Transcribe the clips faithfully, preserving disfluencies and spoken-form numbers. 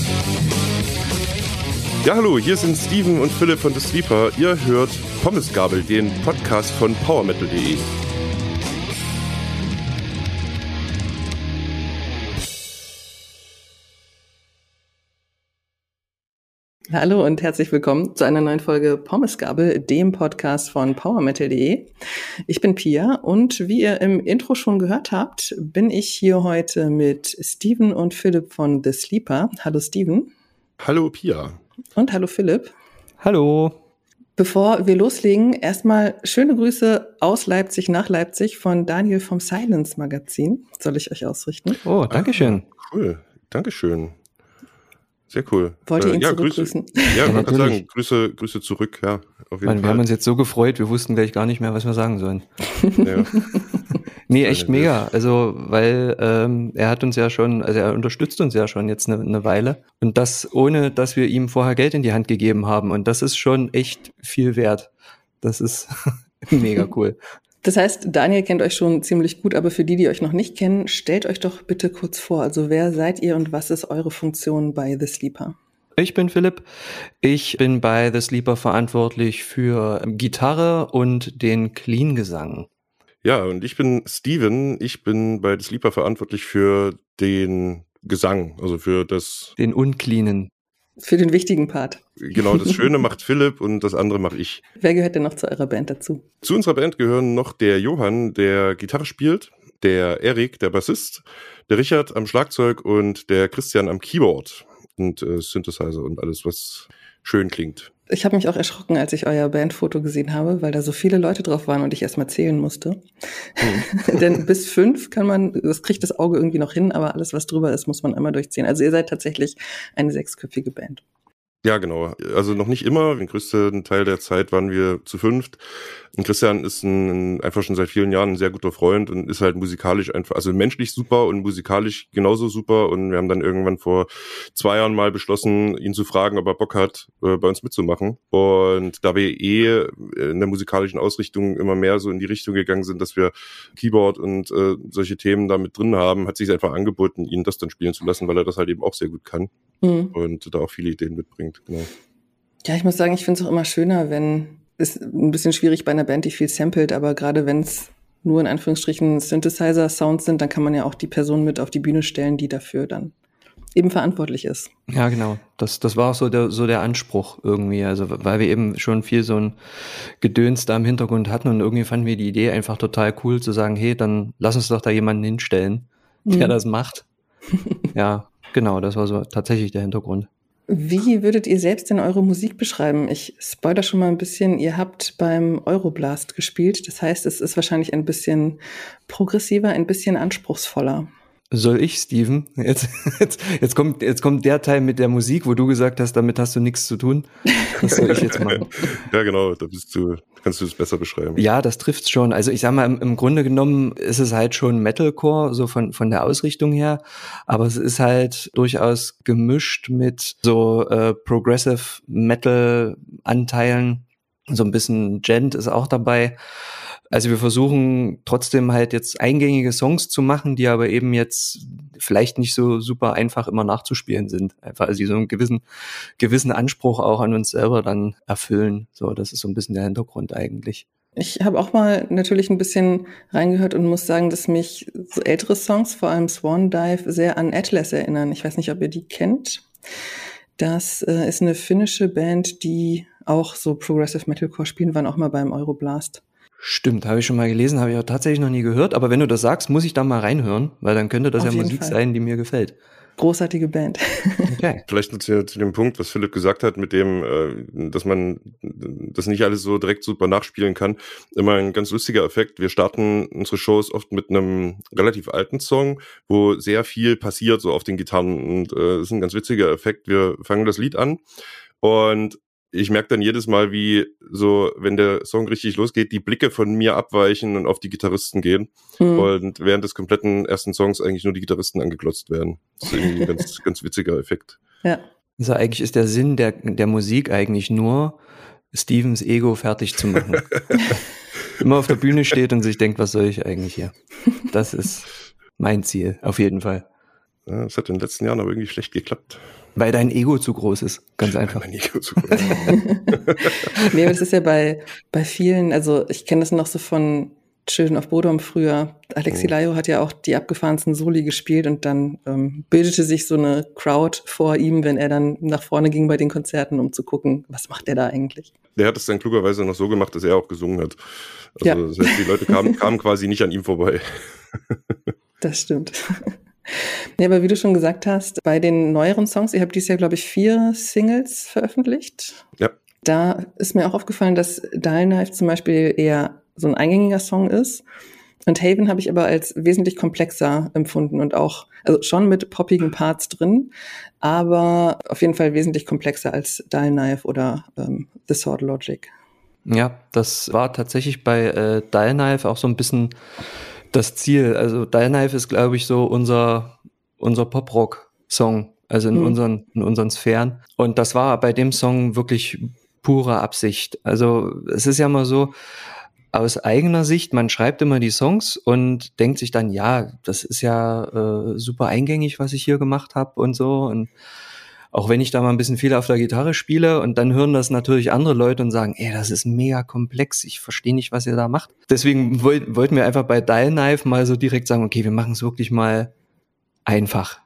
Ja, hallo, hier sind Steven und Philipp von The Sleeper. Ihr hört Pommesgabel, den Podcast von power metal punkt de. Hallo und herzlich willkommen zu einer neuen Folge Pommesgabel, dem Podcast von power metal punkt de. Ich bin Pia und wie ihr im Intro schon gehört habt, bin ich hier heute mit Steven und Philipp von The Sleeper. Hallo Steven. Hallo Pia. Und hallo Philipp. Hallo. Bevor wir loslegen, erstmal schöne Grüße aus Leipzig nach Leipzig von Daniel vom Silence Magazin. Soll ich euch ausrichten? Oh, dankeschön. Ah, cool, dankeschön. Sehr cool. Wollt ihr ihn äh, ja, zurückgrüßen? Grüße, ja, Ja, ich kann natürlich. sagen, Grüße, Grüße zurück, ja, auf jeden Mann, wir Fall. haben uns jetzt so gefreut, wir wussten gleich gar nicht mehr, was wir sagen sollen. Ja. Nee, echt mega. Also, weil ähm, er hat uns ja schon, also er unterstützt uns ja schon jetzt eine, eine Weile. Und das ohne, dass wir ihm vorher Geld in die Hand gegeben haben. Und das ist schon echt viel wert. Das ist mega cool. Das heißt, Daniel kennt euch schon ziemlich gut, aber für die, die euch noch nicht kennen, stellt euch doch bitte kurz vor. Also wer seid ihr und was ist eure Funktion bei The Sleeper? Ich bin Philipp. Ich bin bei The Sleeper verantwortlich für Gitarre und den Clean-Gesang. Ja, und ich bin Steven. Ich bin bei The Sleeper verantwortlich für den Gesang, also für das... Den uncleanen. Für den wichtigen Part. Genau, das Schöne macht Philipp und das andere mache ich. Wer gehört denn noch zu eurer Band dazu? Zu unserer Band gehören noch der Johann, der Gitarre spielt, der Erik, der Bassist, der Richard am Schlagzeug und der Christian am Keyboard und äh, Synthesizer und alles, was schön klingt. Ich habe mich auch erschrocken, als ich euer Bandfoto gesehen habe, weil da so viele Leute drauf waren und ich erst mal zählen musste. Mhm. Denn bis fünf kann man, das kriegt das Auge irgendwie noch hin, aber alles, was drüber ist, muss man einmal durchziehen. Also ihr seid tatsächlich eine sechsköpfige Band. Ja, genau. Also noch nicht immer. Den größten Teil der Zeit waren wir zu fünft. Und Christian ist ein, einfach schon seit vielen Jahren ein sehr guter Freund und ist halt musikalisch einfach, also menschlich super und musikalisch genauso super. Und wir haben dann irgendwann vor zwei Jahren mal beschlossen, ihn zu fragen, ob er Bock hat, bei uns mitzumachen. Und da wir eh in der musikalischen Ausrichtung immer mehr so in die Richtung gegangen sind, dass wir Keyboard und äh, solche Themen da mit drin haben, hat sich einfach angeboten, ihn das dann spielen zu lassen, weil er das halt eben auch sehr gut kann. Mhm. Und da auch viele Ideen mitbringt, genau. Ja, ich muss sagen, ich finde es auch immer schöner, wenn, ist ein bisschen schwierig bei einer Band, die viel samplet, aber gerade wenn es nur in Anführungsstrichen Synthesizer-Sounds sind, dann kann man ja auch die Person mit auf die Bühne stellen, die dafür dann eben verantwortlich ist. Ja, genau. Das, das war auch so der, so der Anspruch irgendwie, also weil wir eben schon viel so ein Gedöns da im Hintergrund hatten und irgendwie fanden wir die Idee einfach total cool zu sagen, hey, dann lass uns doch da jemanden hinstellen, der mhm. das macht. Ja, genau, das war so tatsächlich der Hintergrund. Wie würdet ihr selbst denn eure Musik beschreiben? Ich spoilere schon mal ein bisschen, ihr habt beim Euroblast gespielt, das heißt, es ist wahrscheinlich ein bisschen progressiver, ein bisschen anspruchsvoller. Soll ich, Steven? Jetzt, jetzt, jetzt, kommt, jetzt kommt der Teil mit der Musik, wo du gesagt hast, damit hast du nichts zu tun. Das soll ich jetzt machen. Ja, genau, da bist du, kannst du es besser beschreiben. Ja, das trifft's schon. Also ich sag mal, im, im Grunde genommen ist es halt schon Metalcore, so von, von der Ausrichtung her. Aber es ist halt durchaus gemischt mit so äh, Progressive Metal-Anteilen. So ein bisschen Gent ist auch dabei. Also wir versuchen trotzdem halt jetzt eingängige Songs zu machen, die aber eben jetzt vielleicht nicht so super einfach immer nachzuspielen sind. Einfach, also die so einen gewissen, gewissen Anspruch auch an uns selber dann erfüllen. So, das ist so ein bisschen der Hintergrund eigentlich. Ich habe auch mal natürlich ein bisschen reingehört und muss sagen, dass mich so ältere Songs, vor allem Swan Dive, sehr an Atlas erinnern. Ich weiß nicht, ob ihr die kennt. Das äh, ist eine finnische Band, die auch so Progressive Metalcore spielen, waren auch mal beim Euroblast. Stimmt, habe ich schon mal gelesen, habe ich auch tatsächlich noch nie gehört. Aber wenn du das sagst, muss ich da mal reinhören, weil dann könnte das Auf ja Musik Fall. sein, die mir gefällt. Großartige Band. Okay. Vielleicht noch zu, zu dem Punkt, was Philipp gesagt hat, mit dem, äh, dass man das nicht alles so direkt super nachspielen kann. Immer ein ganz lustiger Effekt. Wir starten unsere Shows oft mit einem relativ alten Song, wo sehr viel passiert so auf den Gitarren. Und äh, das ist ein ganz witziger Effekt. Wir fangen das Lied an und ich merke dann jedes Mal, wie so, wenn der Song richtig losgeht, die Blicke von mir abweichen und auf die Gitarristen gehen. Mhm. Und während des kompletten ersten Songs eigentlich nur die Gitarristen angeglotzt werden. Das ist irgendwie ein ganz, ganz witziger Effekt. Ja. Also eigentlich ist der Sinn der, der Musik eigentlich nur, Stevens Ego fertig zu machen. Immer auf der Bühne steht und sich denkt, was soll ich eigentlich hier? Das ist mein Ziel, auf jeden Fall. Ja, das hat in den letzten Jahren aber irgendwie schlecht geklappt. Weil dein Ego zu groß ist, ganz einfach. Weil mein Ego zu groß ist. Nee, aber das ist ja bei, bei vielen, also ich kenne das noch so von Children of Bodom früher. Alexi Oh. Laiho hat ja auch die abgefahrensten Soli gespielt und dann ähm, bildete sich so eine Crowd vor ihm, wenn er dann nach vorne ging bei den Konzerten, um zu gucken, was macht er da eigentlich. Der hat es dann klugerweise noch so gemacht, dass er auch gesungen hat. Also Ja. das heißt, die Leute kamen, kamen quasi nicht an ihm vorbei. Das stimmt. Ja, aber wie du schon gesagt hast, bei den neueren Songs, ihr habt dieses Jahr, glaube ich, vier Singles veröffentlicht. Ja. Da ist mir auch aufgefallen, dass Dial Knife zum Beispiel eher so ein eingängiger Song ist. Und Haven habe ich aber als wesentlich komplexer empfunden und auch, also schon mit poppigen Parts drin, aber auf jeden Fall wesentlich komplexer als Dial Knife oder ähm, The Sword Logic. Ja, das war tatsächlich bei äh, Dial Knife auch so ein bisschen das Ziel. Also Dial Knife ist, glaube ich, so unser, unser Pop-Rock-Song, also in, Mhm. unseren, in unseren Sphären. Und das war bei dem Song wirklich pure Absicht. Also es ist ja immer so, aus eigener Sicht, man schreibt immer die Songs und denkt sich dann, ja, das ist ja äh, super eingängig, was ich hier gemacht habe und so. Und auch wenn ich da mal ein bisschen viel auf der Gitarre spiele und dann hören das natürlich andere Leute und sagen, ey, das ist mega komplex, ich verstehe nicht, was ihr da macht. Deswegen wollt, wollten wir einfach bei Dial Knife mal so direkt sagen, okay, wir machen es wirklich mal einfach.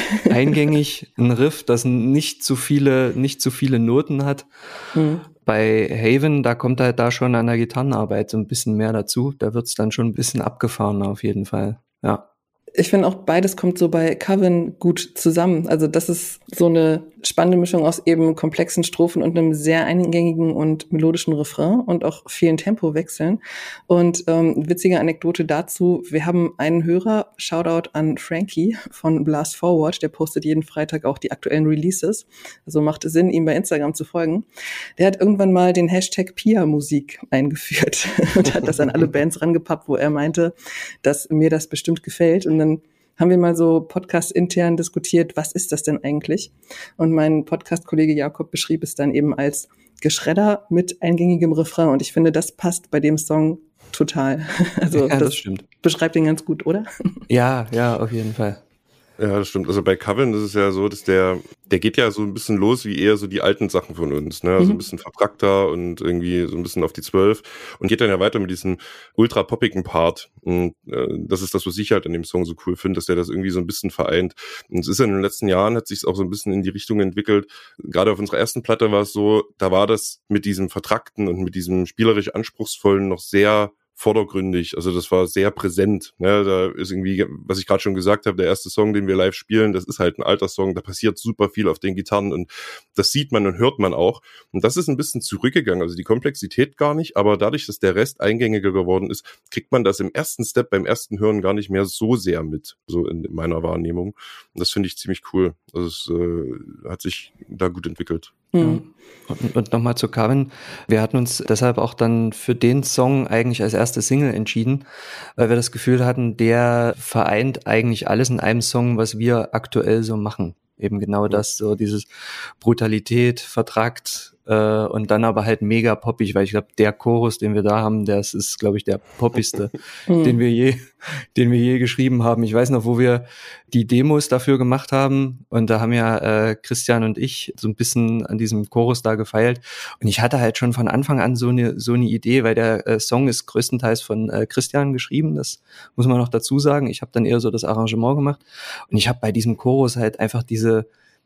Eingängig, ein Riff, das nicht zu viele, nicht zu viele Noten hat. Mhm. Bei Haven, da kommt halt da schon an der Gitarrenarbeit so ein bisschen mehr dazu. Da wird's dann schon ein bisschen abgefahrener auf jeden Fall. Ja. Ich finde auch, beides kommt so bei Coven gut zusammen. Also das ist so eine spannende Mischung aus eben komplexen Strophen und einem sehr eingängigen und melodischen Refrain und auch vielen Tempowechseln. Und ähm, witzige Anekdote dazu, wir haben einen Hörer, Shoutout an Frankie von Blast Forward, der postet jeden Freitag auch die aktuellen Releases. Also macht es Sinn, ihm bei Instagram zu folgen. Der hat irgendwann mal den Hashtag Pia-Musik eingeführt und hat das an alle Bands rangepappt, wo er meinte, dass mir das bestimmt gefällt. Und dann haben wir mal so Podcast intern diskutiert, was ist das denn eigentlich? Und mein Podcast-Kollege Jakob beschrieb es dann eben als Geschredder mit eingängigem Refrain. Und ich finde, das passt bei dem Song total. Also Ja, das das stimmt. beschreibt ihn ganz gut, oder? Ja, ja, auf jeden Fall. Ja, das stimmt. Also bei Coven ist es ja so, dass der, der geht ja so ein bisschen los wie eher so die alten Sachen von uns, ne? Also Mhm. ein bisschen verbrackter und irgendwie so ein bisschen auf die Zwölf und geht dann ja weiter mit diesem ultra poppigen Part. Und äh, das ist das, was ich halt an dem Song so cool finde, dass der das irgendwie so ein bisschen vereint. Und es ist ja in den letzten Jahren, hat sich es auch so ein bisschen in die Richtung entwickelt. Gerade auf unserer ersten Platte war es so, da war das mit diesem Vertrackten und mit diesem spielerisch Anspruchsvollen noch sehr vordergründig, also das war sehr präsent. Ne? Da ist irgendwie, was ich gerade schon gesagt habe, der erste Song, den wir live spielen, das ist halt ein alter Song, da passiert super viel auf den Gitarren und das sieht man und hört man auch. Und das ist ein bisschen zurückgegangen, also die Komplexität gar nicht, aber dadurch, dass der Rest eingängiger geworden ist, kriegt man das im ersten Step, beim ersten Hören gar nicht mehr so sehr mit, so in meiner Wahrnehmung. Und das finde ich ziemlich cool. Also es äh, hat sich da gut entwickelt. Mhm. Und, und nochmal zu Coven. Wir hatten uns deshalb auch dann für den Song eigentlich als erste Single entschieden, weil wir das Gefühl hatten, der vereint eigentlich alles in einem Song, was wir aktuell so machen. Eben genau das, so dieses Brutalität, vertrackt äh, und dann aber halt mega poppig, weil ich glaube, der Chorus, den wir da haben, das ist, glaube ich, der poppigste, Mhm. den wir je, den wir je geschrieben haben. Ich weiß noch, wo wir die Demos dafür gemacht haben und da haben ja äh, Christian und ich so ein bisschen an diesem Chorus da gefeilt und ich hatte halt schon von Anfang an so eine so eine Idee, weil der äh, Song ist größtenteils von äh, Christian geschrieben, das muss man noch dazu sagen. Ich habe dann eher so das Arrangement gemacht und ich habe bei diesem Chorus halt einfach diese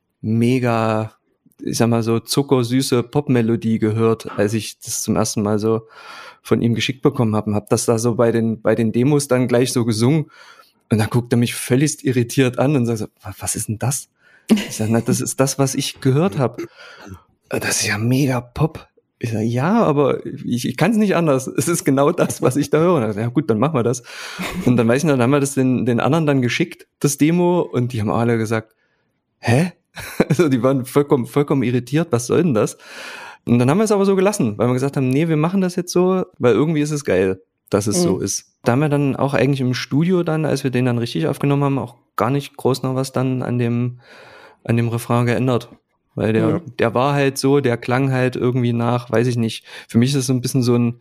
mega, ich sag mal so zuckersüße Popmelodie gehört, als ich das zum ersten Mal so von ihm geschickt bekommen habe und habe das da so bei den bei den Demos dann gleich so gesungen und dann guckt er mich völlig irritiert an und sagt so, was ist denn das? Ich sage, na, das ist das, was ich gehört habe. Das ist ja mega Pop. Ich sage, ja, aber ich, ich kann es nicht anders. Es ist genau das, was ich da höre. Und ich sag, ja gut, dann machen wir das. Und dann weiß ich noch, dann haben wir das den, den anderen dann geschickt, das Demo, und die haben alle gesagt, hä? Also die waren vollkommen, vollkommen irritiert, was soll denn das? Und dann haben wir es aber so gelassen, weil wir gesagt haben, nee, wir machen das jetzt so, weil irgendwie ist es geil, dass es mhm. so ist. Da haben wir dann auch eigentlich im Studio dann, als wir den dann richtig aufgenommen haben, auch gar nicht groß noch was dann an dem, an dem Refrain geändert. Weil der, ja. der war halt so, der klang halt irgendwie nach, weiß ich nicht. Für mich ist es so ein bisschen so ein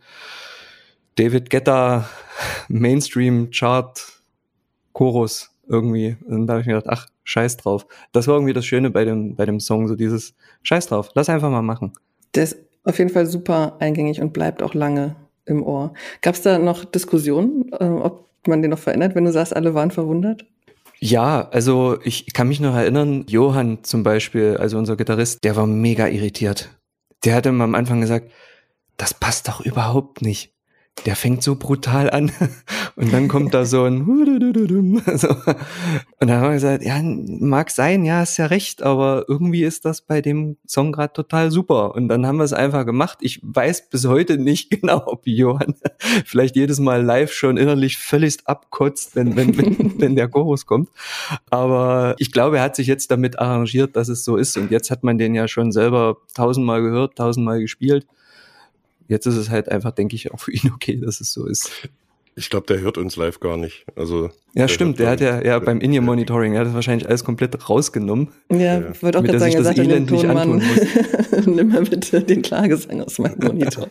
David Guetta Mainstream-Chart-Chorus irgendwie. Und da habe ich mir gedacht, ach, scheiß drauf. Das war irgendwie das Schöne bei dem, bei dem Song, so dieses scheiß drauf, lass einfach mal machen. Der ist auf jeden Fall super eingängig und bleibt auch lange im Ohr. Gab es da noch Diskussionen, äh, ob man den noch verändert, wenn du sagst, alle waren verwundert? Ja, also ich kann mich noch erinnern, Johann zum Beispiel, also unser Gitarrist, der war mega irritiert. Der hatte mal am Anfang gesagt, das passt doch überhaupt nicht. Der fängt so brutal an und dann kommt da so ein so. Und dann haben wir gesagt, ja, mag sein, ja, ist ja recht, aber irgendwie ist das bei dem Song gerade total super. Und dann haben wir es einfach gemacht. Ich weiß bis heute nicht genau, ob Johann vielleicht jedes Mal live schon innerlich völlig abkotzt, wenn, wenn, wenn, wenn der Chorus kommt. Aber ich glaube, er hat sich jetzt damit arrangiert, dass es so ist. Und jetzt hat man den ja schon selber tausendmal gehört, tausendmal gespielt. Jetzt ist es halt einfach, denke ich, auch für ihn okay, dass es so ist. Ich glaube, der hört uns live gar nicht. Also ja, stimmt. Der hat ja, ja beim In-Ear-Monitoring, er hat das wahrscheinlich alles komplett rausgenommen. Ja, ja. Ich wollte auch gerade sagen, er sagt an den Tonmann, nimm mal bitte den Klagesang aus meinem Monitor.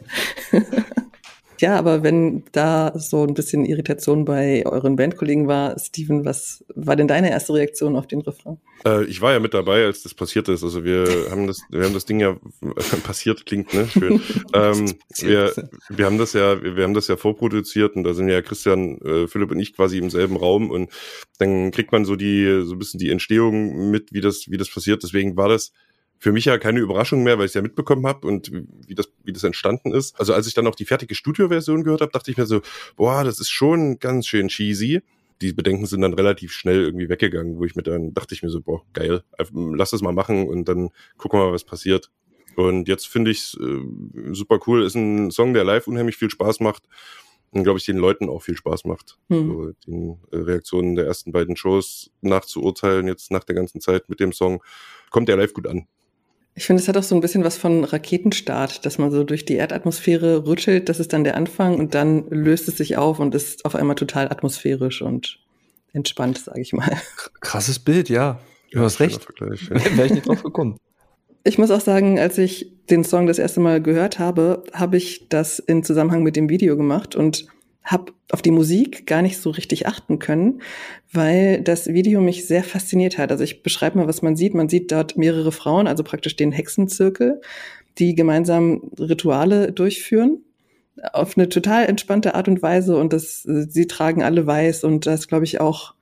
Ja, aber wenn da so ein bisschen Irritation bei euren Bandkollegen war, Steven, was war denn deine erste Reaktion auf den Refrain? Äh, ich war ja mit dabei, als das passiert ist. Also wir haben das, wir haben das Ding ja passiert klingt, ne? Schön. ähm, wir, wir haben das ja, wir haben das ja vorproduziert und da sind ja Christian, äh, Philipp und ich quasi im selben Raum und dann kriegt man so die, so ein bisschen die Entstehung mit, wie das, wie das passiert. Deswegen war das für mich ja keine Überraschung mehr, weil ich es ja mitbekommen habe und wie das, wie das entstanden ist. Also als ich dann auch die fertige Studioversion gehört habe, dachte ich mir so, boah, das ist schon ganz schön cheesy. Die Bedenken sind dann relativ schnell irgendwie weggegangen, wo ich mir dann, dachte ich mir so, boah, geil, lass das mal machen und dann gucken wir mal, was passiert. Und jetzt finde ich es äh, super cool. Ist ein Song, der live unheimlich viel Spaß macht und, glaube ich, den Leuten auch viel Spaß macht. Hm. So, den äh, Reaktionen der ersten beiden Shows nachzuurteilen, jetzt nach der ganzen Zeit mit dem Song, kommt der live gut an. Ich finde, es hat auch so ein bisschen was von Raketenstart, dass man so durch die Erdatmosphäre rüttelt, das ist dann der Anfang und dann löst es sich auf und ist auf einmal total atmosphärisch und entspannt, sage ich mal. Krasses Bild, ja. Du ja, hast recht. Ja. Wäre ich nicht drauf gekommen. Ich muss auch sagen, als ich den Song das erste Mal gehört habe, habe ich das in Zusammenhang mit dem Video gemacht und habe auf die Musik gar nicht so richtig achten können, weil das Video mich sehr fasziniert hat. Also ich beschreibe mal, was man sieht. Man sieht dort mehrere Frauen, also praktisch den Hexenzirkel, die gemeinsam Rituale durchführen auf eine total entspannte Art und Weise und das, sie tragen alle weiß und das glaube ich auch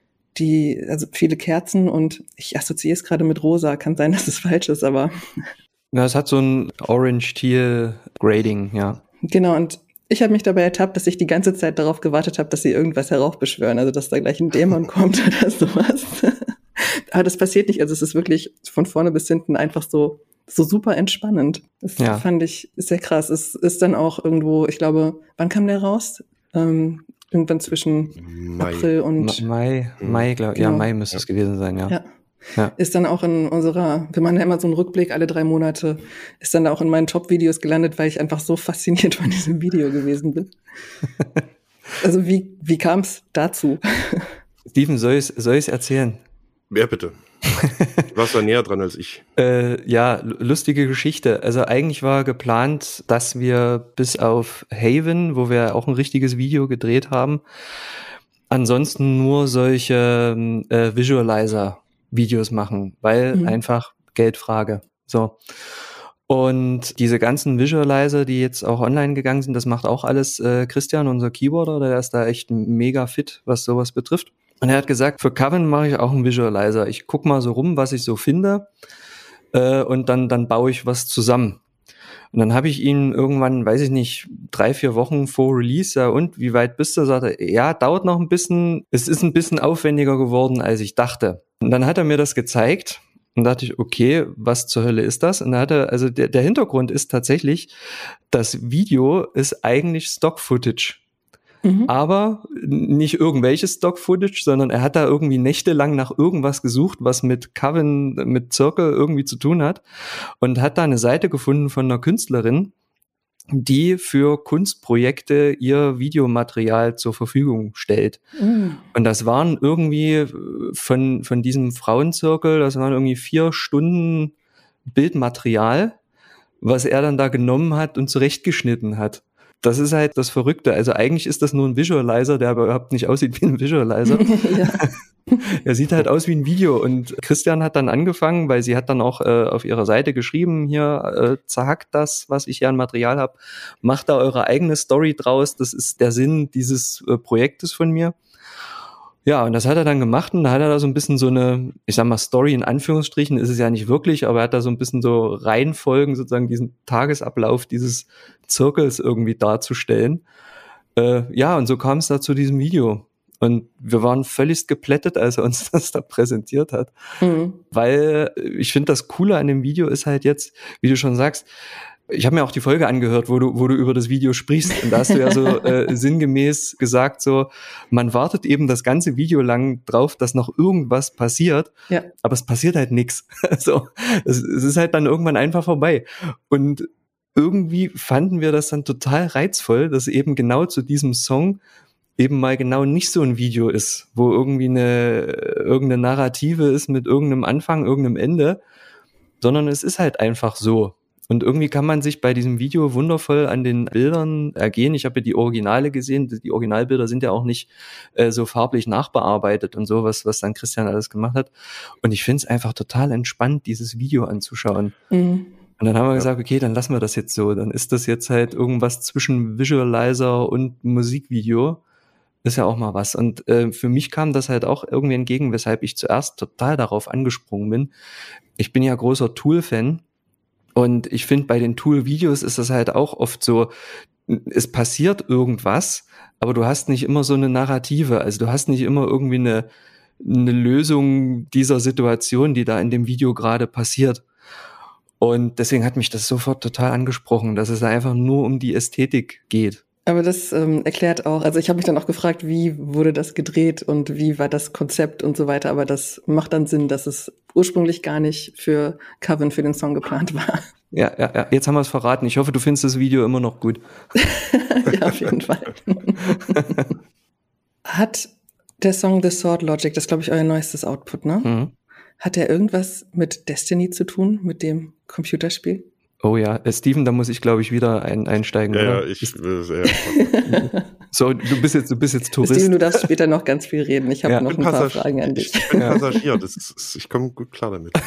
die, also viele Kerzen und ich assoziiere es gerade mit rosa, kann sein, dass es falsch ist, aber ja, es hat so ein Orange-Teal-Grading, ja. Genau, und ich habe mich dabei ertappt, dass ich die ganze Zeit darauf gewartet habe, dass sie irgendwas heraufbeschwören, also dass da gleich ein Dämon kommt oder sowas. Aber das passiert nicht, also es ist wirklich von vorne bis hinten einfach so so super entspannend. Das ja. fand ich sehr krass. Es ist dann auch irgendwo, ich glaube, wann kam der raus? Ähm, irgendwann zwischen Mai. April und Mai, Mai, glaube ich. Genau. Ja, Mai müsste ja. es gewesen sein, ja. ja. Ja. Ist dann auch in unserer, wir machen ja immer so einen Rückblick alle drei Monate, ist dann auch in meinen Top-Videos gelandet, weil ich einfach so fasziniert von diesem Video gewesen bin. Also wie, wie kam es dazu? Steven, soll ich soll ich's erzählen? Ja, bitte. Du warst da näher dran als ich. Äh, ja, lustige Geschichte. Also eigentlich war geplant, dass wir bis auf Haven, wo wir auch ein richtiges Video gedreht haben, ansonsten nur solche äh, Visualizer Videos machen, weil mhm. einfach Geldfrage. So. Und diese ganzen Visualizer, die jetzt auch online gegangen sind, das macht auch alles äh, Christian, unser Keyboarder, der ist da echt mega fit, was sowas betrifft. Und er hat gesagt, für Coven mache ich auch einen Visualizer. Ich guck mal so rum, was ich so finde äh, und dann dann baue ich was zusammen. Und dann habe ich ihn irgendwann, weiß ich nicht, drei, vier Wochen vor Release, ja, und wie weit bist du? Sagte er, ja, dauert noch ein bisschen, es ist ein bisschen aufwendiger geworden, als ich dachte. Und dann hat er mir das gezeigt und dachte ich, okay, was zur Hölle ist das? Und da hat er, also der, der Hintergrund ist tatsächlich, das Video ist eigentlich Stock-Footage. Mhm. Aber nicht irgendwelches Stock-Footage, sondern er hat da irgendwie nächtelang nach irgendwas gesucht, was mit Coven, mit Circle irgendwie zu tun hat und hat da eine Seite gefunden von einer Künstlerin, die für Kunstprojekte ihr Videomaterial zur Verfügung stellt. Mhm. Und das waren irgendwie von, von diesem Frauenzirkel, das waren irgendwie vier Stunden Bildmaterial, was er dann da genommen hat und zurechtgeschnitten hat. Das ist halt das Verrückte. Also eigentlich ist das nur ein Visualizer, der aber überhaupt nicht aussieht wie ein Visualizer. Ja. Er sieht halt aus wie ein Video und Christian hat dann angefangen, weil sie hat dann auch äh, auf ihrer Seite geschrieben, hier, äh, zerhackt das, was ich hier an Material habe, macht da eure eigene Story draus, das ist der Sinn dieses äh, Projektes von mir. Ja, und das hat er dann gemacht und da hat er da so ein bisschen so eine, ich sag mal Story in Anführungsstrichen, ist es ja nicht wirklich, aber er hat da so ein bisschen so Reihenfolgen, sozusagen diesen Tagesablauf dieses Zirkels irgendwie darzustellen. Äh, ja, und so kam es da zu diesem Video. Und wir waren völlig geplättet, als er uns das da präsentiert hat. Mhm. Weil ich finde, das Coole an dem Video ist halt jetzt, wie du schon sagst, ich habe mir auch die Folge angehört, wo du, wo du über das Video sprichst. Und da hast du ja so äh, sinngemäß gesagt, so, man wartet eben das ganze Video lang drauf, dass noch irgendwas passiert. Ja. Aber es passiert halt nichts. So, es, es ist halt dann irgendwann einfach vorbei. Und irgendwie fanden wir das dann total reizvoll, dass eben genau zu diesem Song eben mal genau nicht so ein Video ist, wo irgendwie eine irgendeine Narrative ist mit irgendeinem Anfang, irgendeinem Ende, sondern es ist halt einfach so. Und irgendwie kann man sich bei diesem Video wundervoll an den Bildern ergehen. Ich habe ja die Originale gesehen. Die Originalbilder sind ja auch nicht äh, so farblich nachbearbeitet und sowas, was dann Christian alles gemacht hat. Und ich finde es einfach total entspannt, dieses Video anzuschauen. Mhm. Und dann haben wir ja. gesagt, okay, dann lassen wir das jetzt so. Dann ist das jetzt halt irgendwas zwischen Visualizer und Musikvideo. Ist ja auch mal was. Und äh, für mich kam das halt auch irgendwie entgegen, weshalb ich zuerst total darauf angesprungen bin. Ich bin ja großer Tool-Fan und ich finde, bei den Tool-Videos ist das halt auch oft so, es passiert irgendwas, aber du hast nicht immer so eine Narrative. Also du hast nicht immer irgendwie eine, eine Lösung dieser Situation, die da in dem Video gerade passiert. Und deswegen hat mich das sofort total angesprochen, dass es einfach nur um die Ästhetik geht. Aber das ähm, erklärt auch, also ich habe mich dann auch gefragt, wie wurde das gedreht und wie war das Konzept und so weiter, aber das macht dann Sinn, dass es ursprünglich gar nicht für Coven, für den Song geplant war. Ja, ja, ja, jetzt haben wir es verraten. Ich hoffe, du findest das Video immer noch gut. Ja, auf jeden Fall. Hat der Song The Sword Logic, das ist, glaube ich, euer neuestes Output, ne? Mhm. Hat der irgendwas mit Destiny zu tun, mit dem Computerspiel? Oh ja, äh, Steven, da muss ich, glaube ich, wieder ein, einsteigen. Ja, oder? ja, ich will sehr. So, du bist jetzt, du bist jetzt Tourist. Steven, du darfst später noch ganz viel reden. Ich habe ja, noch ein paar Passag- Fragen an dich. Ich bin Passagier, das ist, ich komme gut klar damit.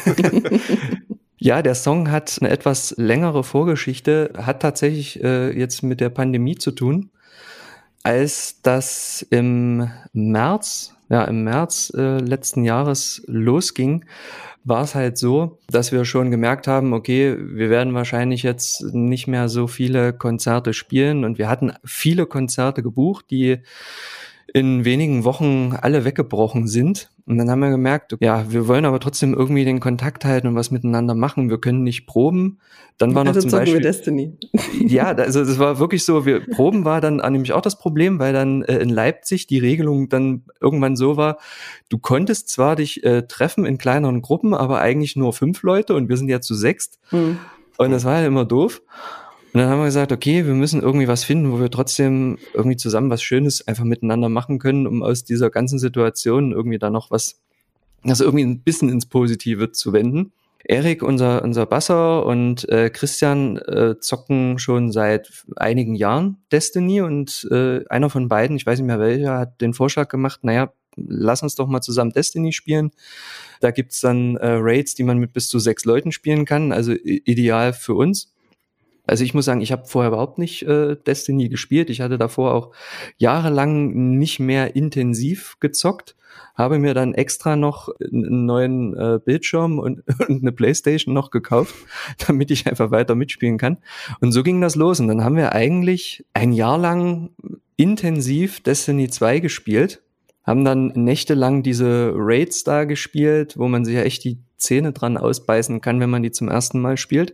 Ja, der Song hat eine etwas längere Vorgeschichte, hat tatsächlich äh, jetzt mit der Pandemie zu tun. Als das im März, ja, im März äh, letzten Jahres losging, war es halt so, dass wir schon gemerkt haben, okay, wir werden wahrscheinlich jetzt nicht mehr so viele Konzerte spielen und wir hatten viele Konzerte gebucht, die in wenigen Wochen alle weggebrochen sind. Und dann haben wir gemerkt, ja, wir wollen aber trotzdem irgendwie den Kontakt halten und was miteinander machen. Wir können nicht proben. Dann war noch also zum Beispiel wir Destiny. Ja, also das war wirklich so, wir proben war dann nämlich auch das Problem, weil dann äh, in Leipzig die Regelung dann irgendwann so war, du konntest zwar dich äh, treffen in kleineren Gruppen, aber eigentlich nur fünf Leute und wir sind ja zu sechst. Hm. Und das war ja immer doof. Und dann haben wir gesagt, okay, wir müssen irgendwie was finden, wo wir trotzdem irgendwie zusammen was Schönes einfach miteinander machen können, um aus dieser ganzen Situation irgendwie da noch was, also irgendwie ein bisschen ins Positive zu wenden. Erik, unser unser Basser, und äh, Christian äh, zocken schon seit einigen Jahren Destiny und äh, einer von beiden, ich weiß nicht mehr welcher, hat den Vorschlag gemacht, naja, lass uns doch mal zusammen Destiny spielen. Da gibt's dann äh, Raids, die man mit bis zu sechs Leuten spielen kann, also i- ideal für uns. Also ich muss sagen, ich habe vorher überhaupt nicht äh, Destiny gespielt. Ich hatte davor auch jahrelang nicht mehr intensiv gezockt, habe mir dann extra noch einen neuen äh, Bildschirm und, und eine Playstation noch gekauft, damit ich einfach weiter mitspielen kann. Und so ging das los. Und dann haben wir eigentlich ein Jahr lang intensiv Destiny zwei gespielt, haben dann nächtelang diese Raids da gespielt, wo man sich ja echt die Zähne dran ausbeißen kann, wenn man die zum ersten Mal spielt.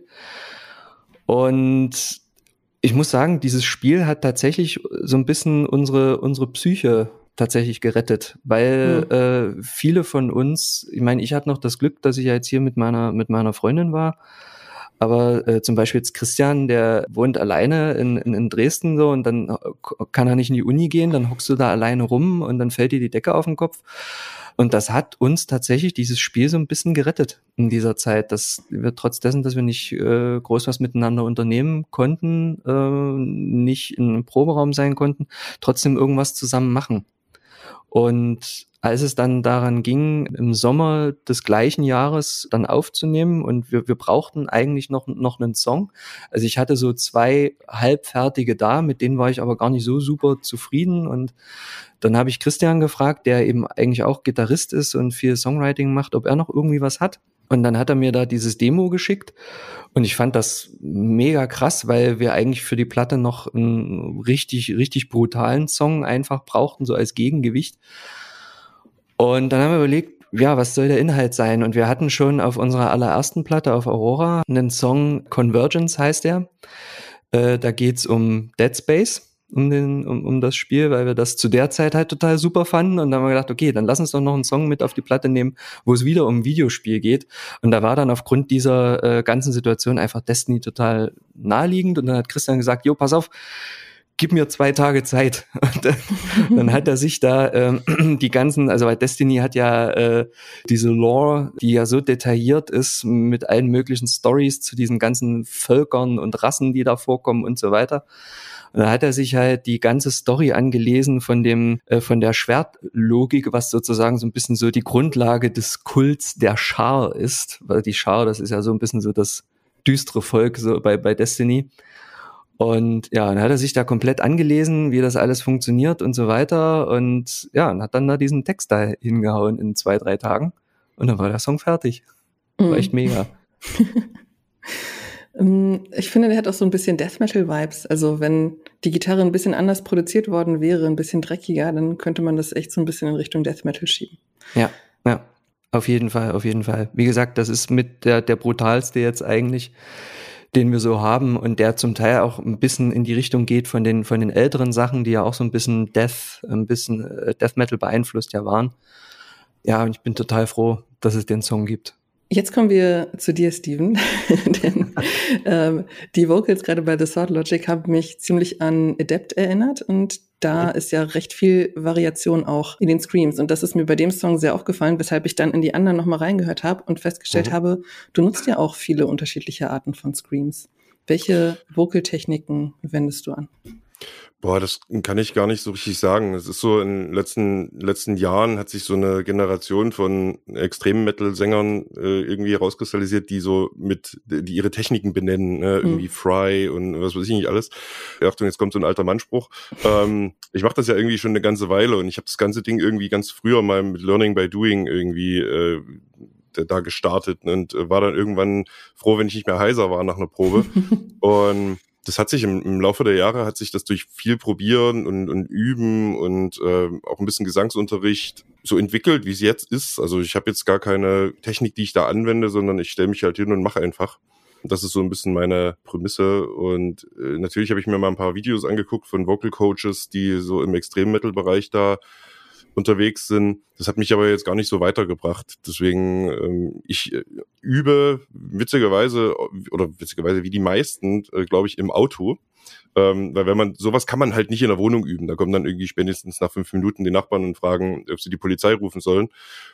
Und ich muss sagen, dieses Spiel hat tatsächlich so ein bisschen unsere unsere Psyche tatsächlich gerettet, weil mhm. äh, viele von uns, ich meine, ich hatte noch das Glück, dass ich ja jetzt hier mit meiner mit meiner Freundin war, aber äh, zum Beispiel jetzt Christian, der wohnt alleine in, in, in Dresden so und dann kann er nicht in die Uni gehen, dann hockst du da alleine rum und dann fällt dir die Decke auf den Kopf. Und das hat uns tatsächlich dieses Spiel so ein bisschen gerettet in dieser Zeit, dass wir trotz dessen, dass wir nicht äh, groß was miteinander unternehmen konnten, äh, nicht in einem Proberaum sein konnten, trotzdem irgendwas zusammen machen. Und als es dann daran ging, im Sommer des gleichen Jahres dann aufzunehmen und wir, wir brauchten eigentlich noch, noch einen Song. Also ich hatte so zwei halbfertige da, mit denen war ich aber gar nicht so super zufrieden und dann habe ich Christian gefragt, der eben eigentlich auch Gitarrist ist und viel Songwriting macht, ob er noch irgendwie was hat. Und dann hat er mir da dieses Demo geschickt und ich fand das mega krass, weil wir eigentlich für die Platte noch einen richtig, richtig brutalen Song einfach brauchten, so als Gegengewicht. Und dann haben wir überlegt, ja, was soll der Inhalt sein? Und wir hatten schon auf unserer allerersten Platte auf Aurora einen Song, Convergence heißt der. Äh, da geht's um Dead Space, um, den, um, um das Spiel, weil wir das zu der Zeit halt total super fanden. Und dann haben wir gedacht, okay, dann lass uns doch noch einen Song mit auf die Platte nehmen, wo es wieder um ein Videospiel geht. Und da war dann aufgrund dieser äh, ganzen Situation einfach Destiny total naheliegend. Und dann hat Christian gesagt, jo, pass auf, gib mir zwei Tage Zeit. Und dann, dann hat er sich da ähm, die ganzen, also weil Destiny hat ja äh, diese Lore, die ja so detailliert ist mit allen möglichen Stories zu diesen ganzen Völkern und Rassen, die da vorkommen und so weiter. Und da hat er sich halt die ganze Story angelesen von dem, äh, von der Schwertlogik, was sozusagen so ein bisschen so die Grundlage des Kults der Schar ist. Weil die Schar, das ist ja so ein bisschen so das düstere Volk so bei, bei Destiny. Und ja, dann hat er sich da komplett angelesen, wie das alles funktioniert und so weiter. Und ja, und hat dann da diesen Text da hingehauen in zwei, drei Tagen. Und dann war der Song fertig. War echt mega. Ich finde, der hat auch so ein bisschen Death Metal Vibes. Also wenn die Gitarre ein bisschen anders produziert worden wäre, ein bisschen dreckiger, dann könnte man das echt so ein bisschen in Richtung Death Metal schieben. Ja, ja. Auf jeden Fall, auf jeden Fall. Wie gesagt, das ist mit der, der brutalste jetzt eigentlich, den wir so haben und der zum Teil auch ein bisschen in die Richtung geht von den von den älteren Sachen, die ja auch so ein bisschen Death, ein bisschen Death Metal beeinflusst ja waren. Ja, und ich bin total froh, dass es den Song gibt. Jetzt kommen wir zu dir, Steven. Denn ähm, die Vocals gerade bei The Sword Logic haben mich ziemlich an Adept erinnert und da ist ja recht viel Variation auch in den Screams und das ist mir bei dem Song sehr aufgefallen, weshalb ich dann in die anderen nochmal reingehört habe und festgestellt mhm. habe, du nutzt ja auch viele unterschiedliche Arten von Screams. Welche Vocaltechniken wendest du an? Boah, das kann ich gar nicht so richtig sagen. Es ist so, in den letzten, letzten Jahren hat sich so eine Generation von Extrem-Metal-Sängern äh, irgendwie herauskristallisiert, die so mit, die ihre Techniken benennen, ne? Irgendwie mhm. Fry und was weiß ich nicht alles. Achtung, jetzt kommt so ein alter Mannspruch. Ähm, ich mache das ja irgendwie schon eine ganze Weile und ich habe das ganze Ding irgendwie ganz früher mal mit Learning by Doing irgendwie äh, da gestartet und war dann irgendwann froh, wenn ich nicht mehr heiser war nach einer Probe. Und das hat sich im, im Laufe der Jahre, hat sich das durch viel Probieren und, und Üben und äh, auch ein bisschen Gesangsunterricht so entwickelt, wie es jetzt ist. Also ich habe jetzt gar keine Technik, die ich da anwende, sondern ich stelle mich halt hin und mache einfach. Das ist so ein bisschen meine Prämisse. Und äh, natürlich habe ich mir mal ein paar Videos angeguckt von Vocal Coaches, die so im Extrem-Metal-Bereich da unterwegs sind. Das hat mich aber jetzt gar nicht so weitergebracht. Deswegen, ähm, ich äh, übe witzigerweise, oder witzigerweise wie die meisten, äh, glaube ich, im Auto. Ähm, weil wenn man, sowas kann man halt nicht in der Wohnung üben. Da kommen dann irgendwie spätestens nach fünf Minuten die Nachbarn und fragen, ob sie die Polizei rufen sollen.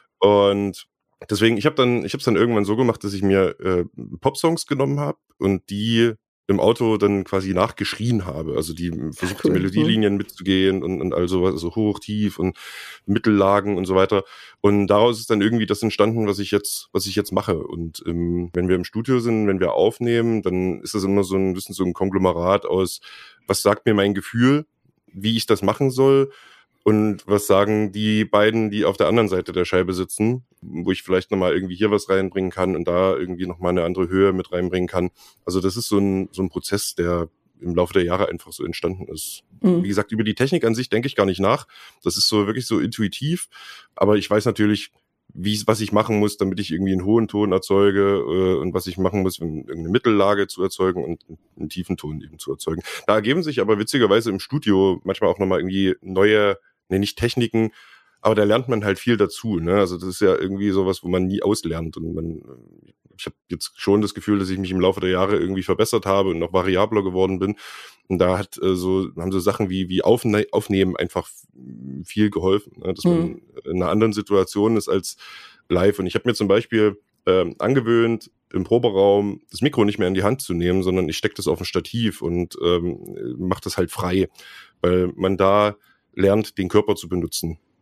Und deswegen, ich habe dann, ich habe es dann irgendwann so gemacht, dass ich mir äh, Popsongs genommen habe und die im Auto dann quasi nachgeschrien habe. Also die versucht, cool. die Melodielinien mitzugehen und, und all sowas, also hoch, tief und Mittellagen und so weiter. Und daraus ist dann irgendwie das entstanden, was ich jetzt, was ich jetzt mache. Und ähm, wenn wir im Studio sind, wenn wir aufnehmen, dann ist das immer so ein bisschen so ein Konglomerat aus, was sagt mir mein Gefühl, wie ich das machen soll, und was sagen die beiden, die auf der anderen Seite der Scheibe sitzen, wo ich vielleicht nochmal irgendwie hier was reinbringen kann und da irgendwie nochmal eine andere Höhe mit reinbringen kann. Also das ist so ein, so ein Prozess, der im Laufe der Jahre einfach so entstanden ist. Mhm. Wie gesagt, über die Technik an sich denke ich gar nicht nach. Das ist so wirklich so intuitiv. Aber ich weiß natürlich, wie, was ich machen muss, damit ich irgendwie einen hohen Ton erzeuge äh, und was ich machen muss, um eine Mittellage zu erzeugen und einen tiefen Ton eben zu erzeugen. Da ergeben sich aber witzigerweise im Studio manchmal auch nochmal irgendwie neue, ne, nicht Techniken, aber da lernt man halt viel dazu, ne? Also das ist ja irgendwie sowas, wo man nie auslernt und man, ich habe jetzt schon das Gefühl, dass ich mich im Laufe der Jahre irgendwie verbessert habe und noch variabler geworden bin. Und da hat äh, so haben so Sachen wie wie Aufne- Aufnehmen einfach viel geholfen, ne? Dass man mhm. in einer anderen Situation ist als live. Und ich habe mir zum Beispiel ähm, angewöhnt, im Proberaum das Mikro nicht mehr in die Hand zu nehmen, sondern ich stecke das auf ein Stativ und ähm, mache das halt frei, weil man da lernt, den Körper zu benutzen.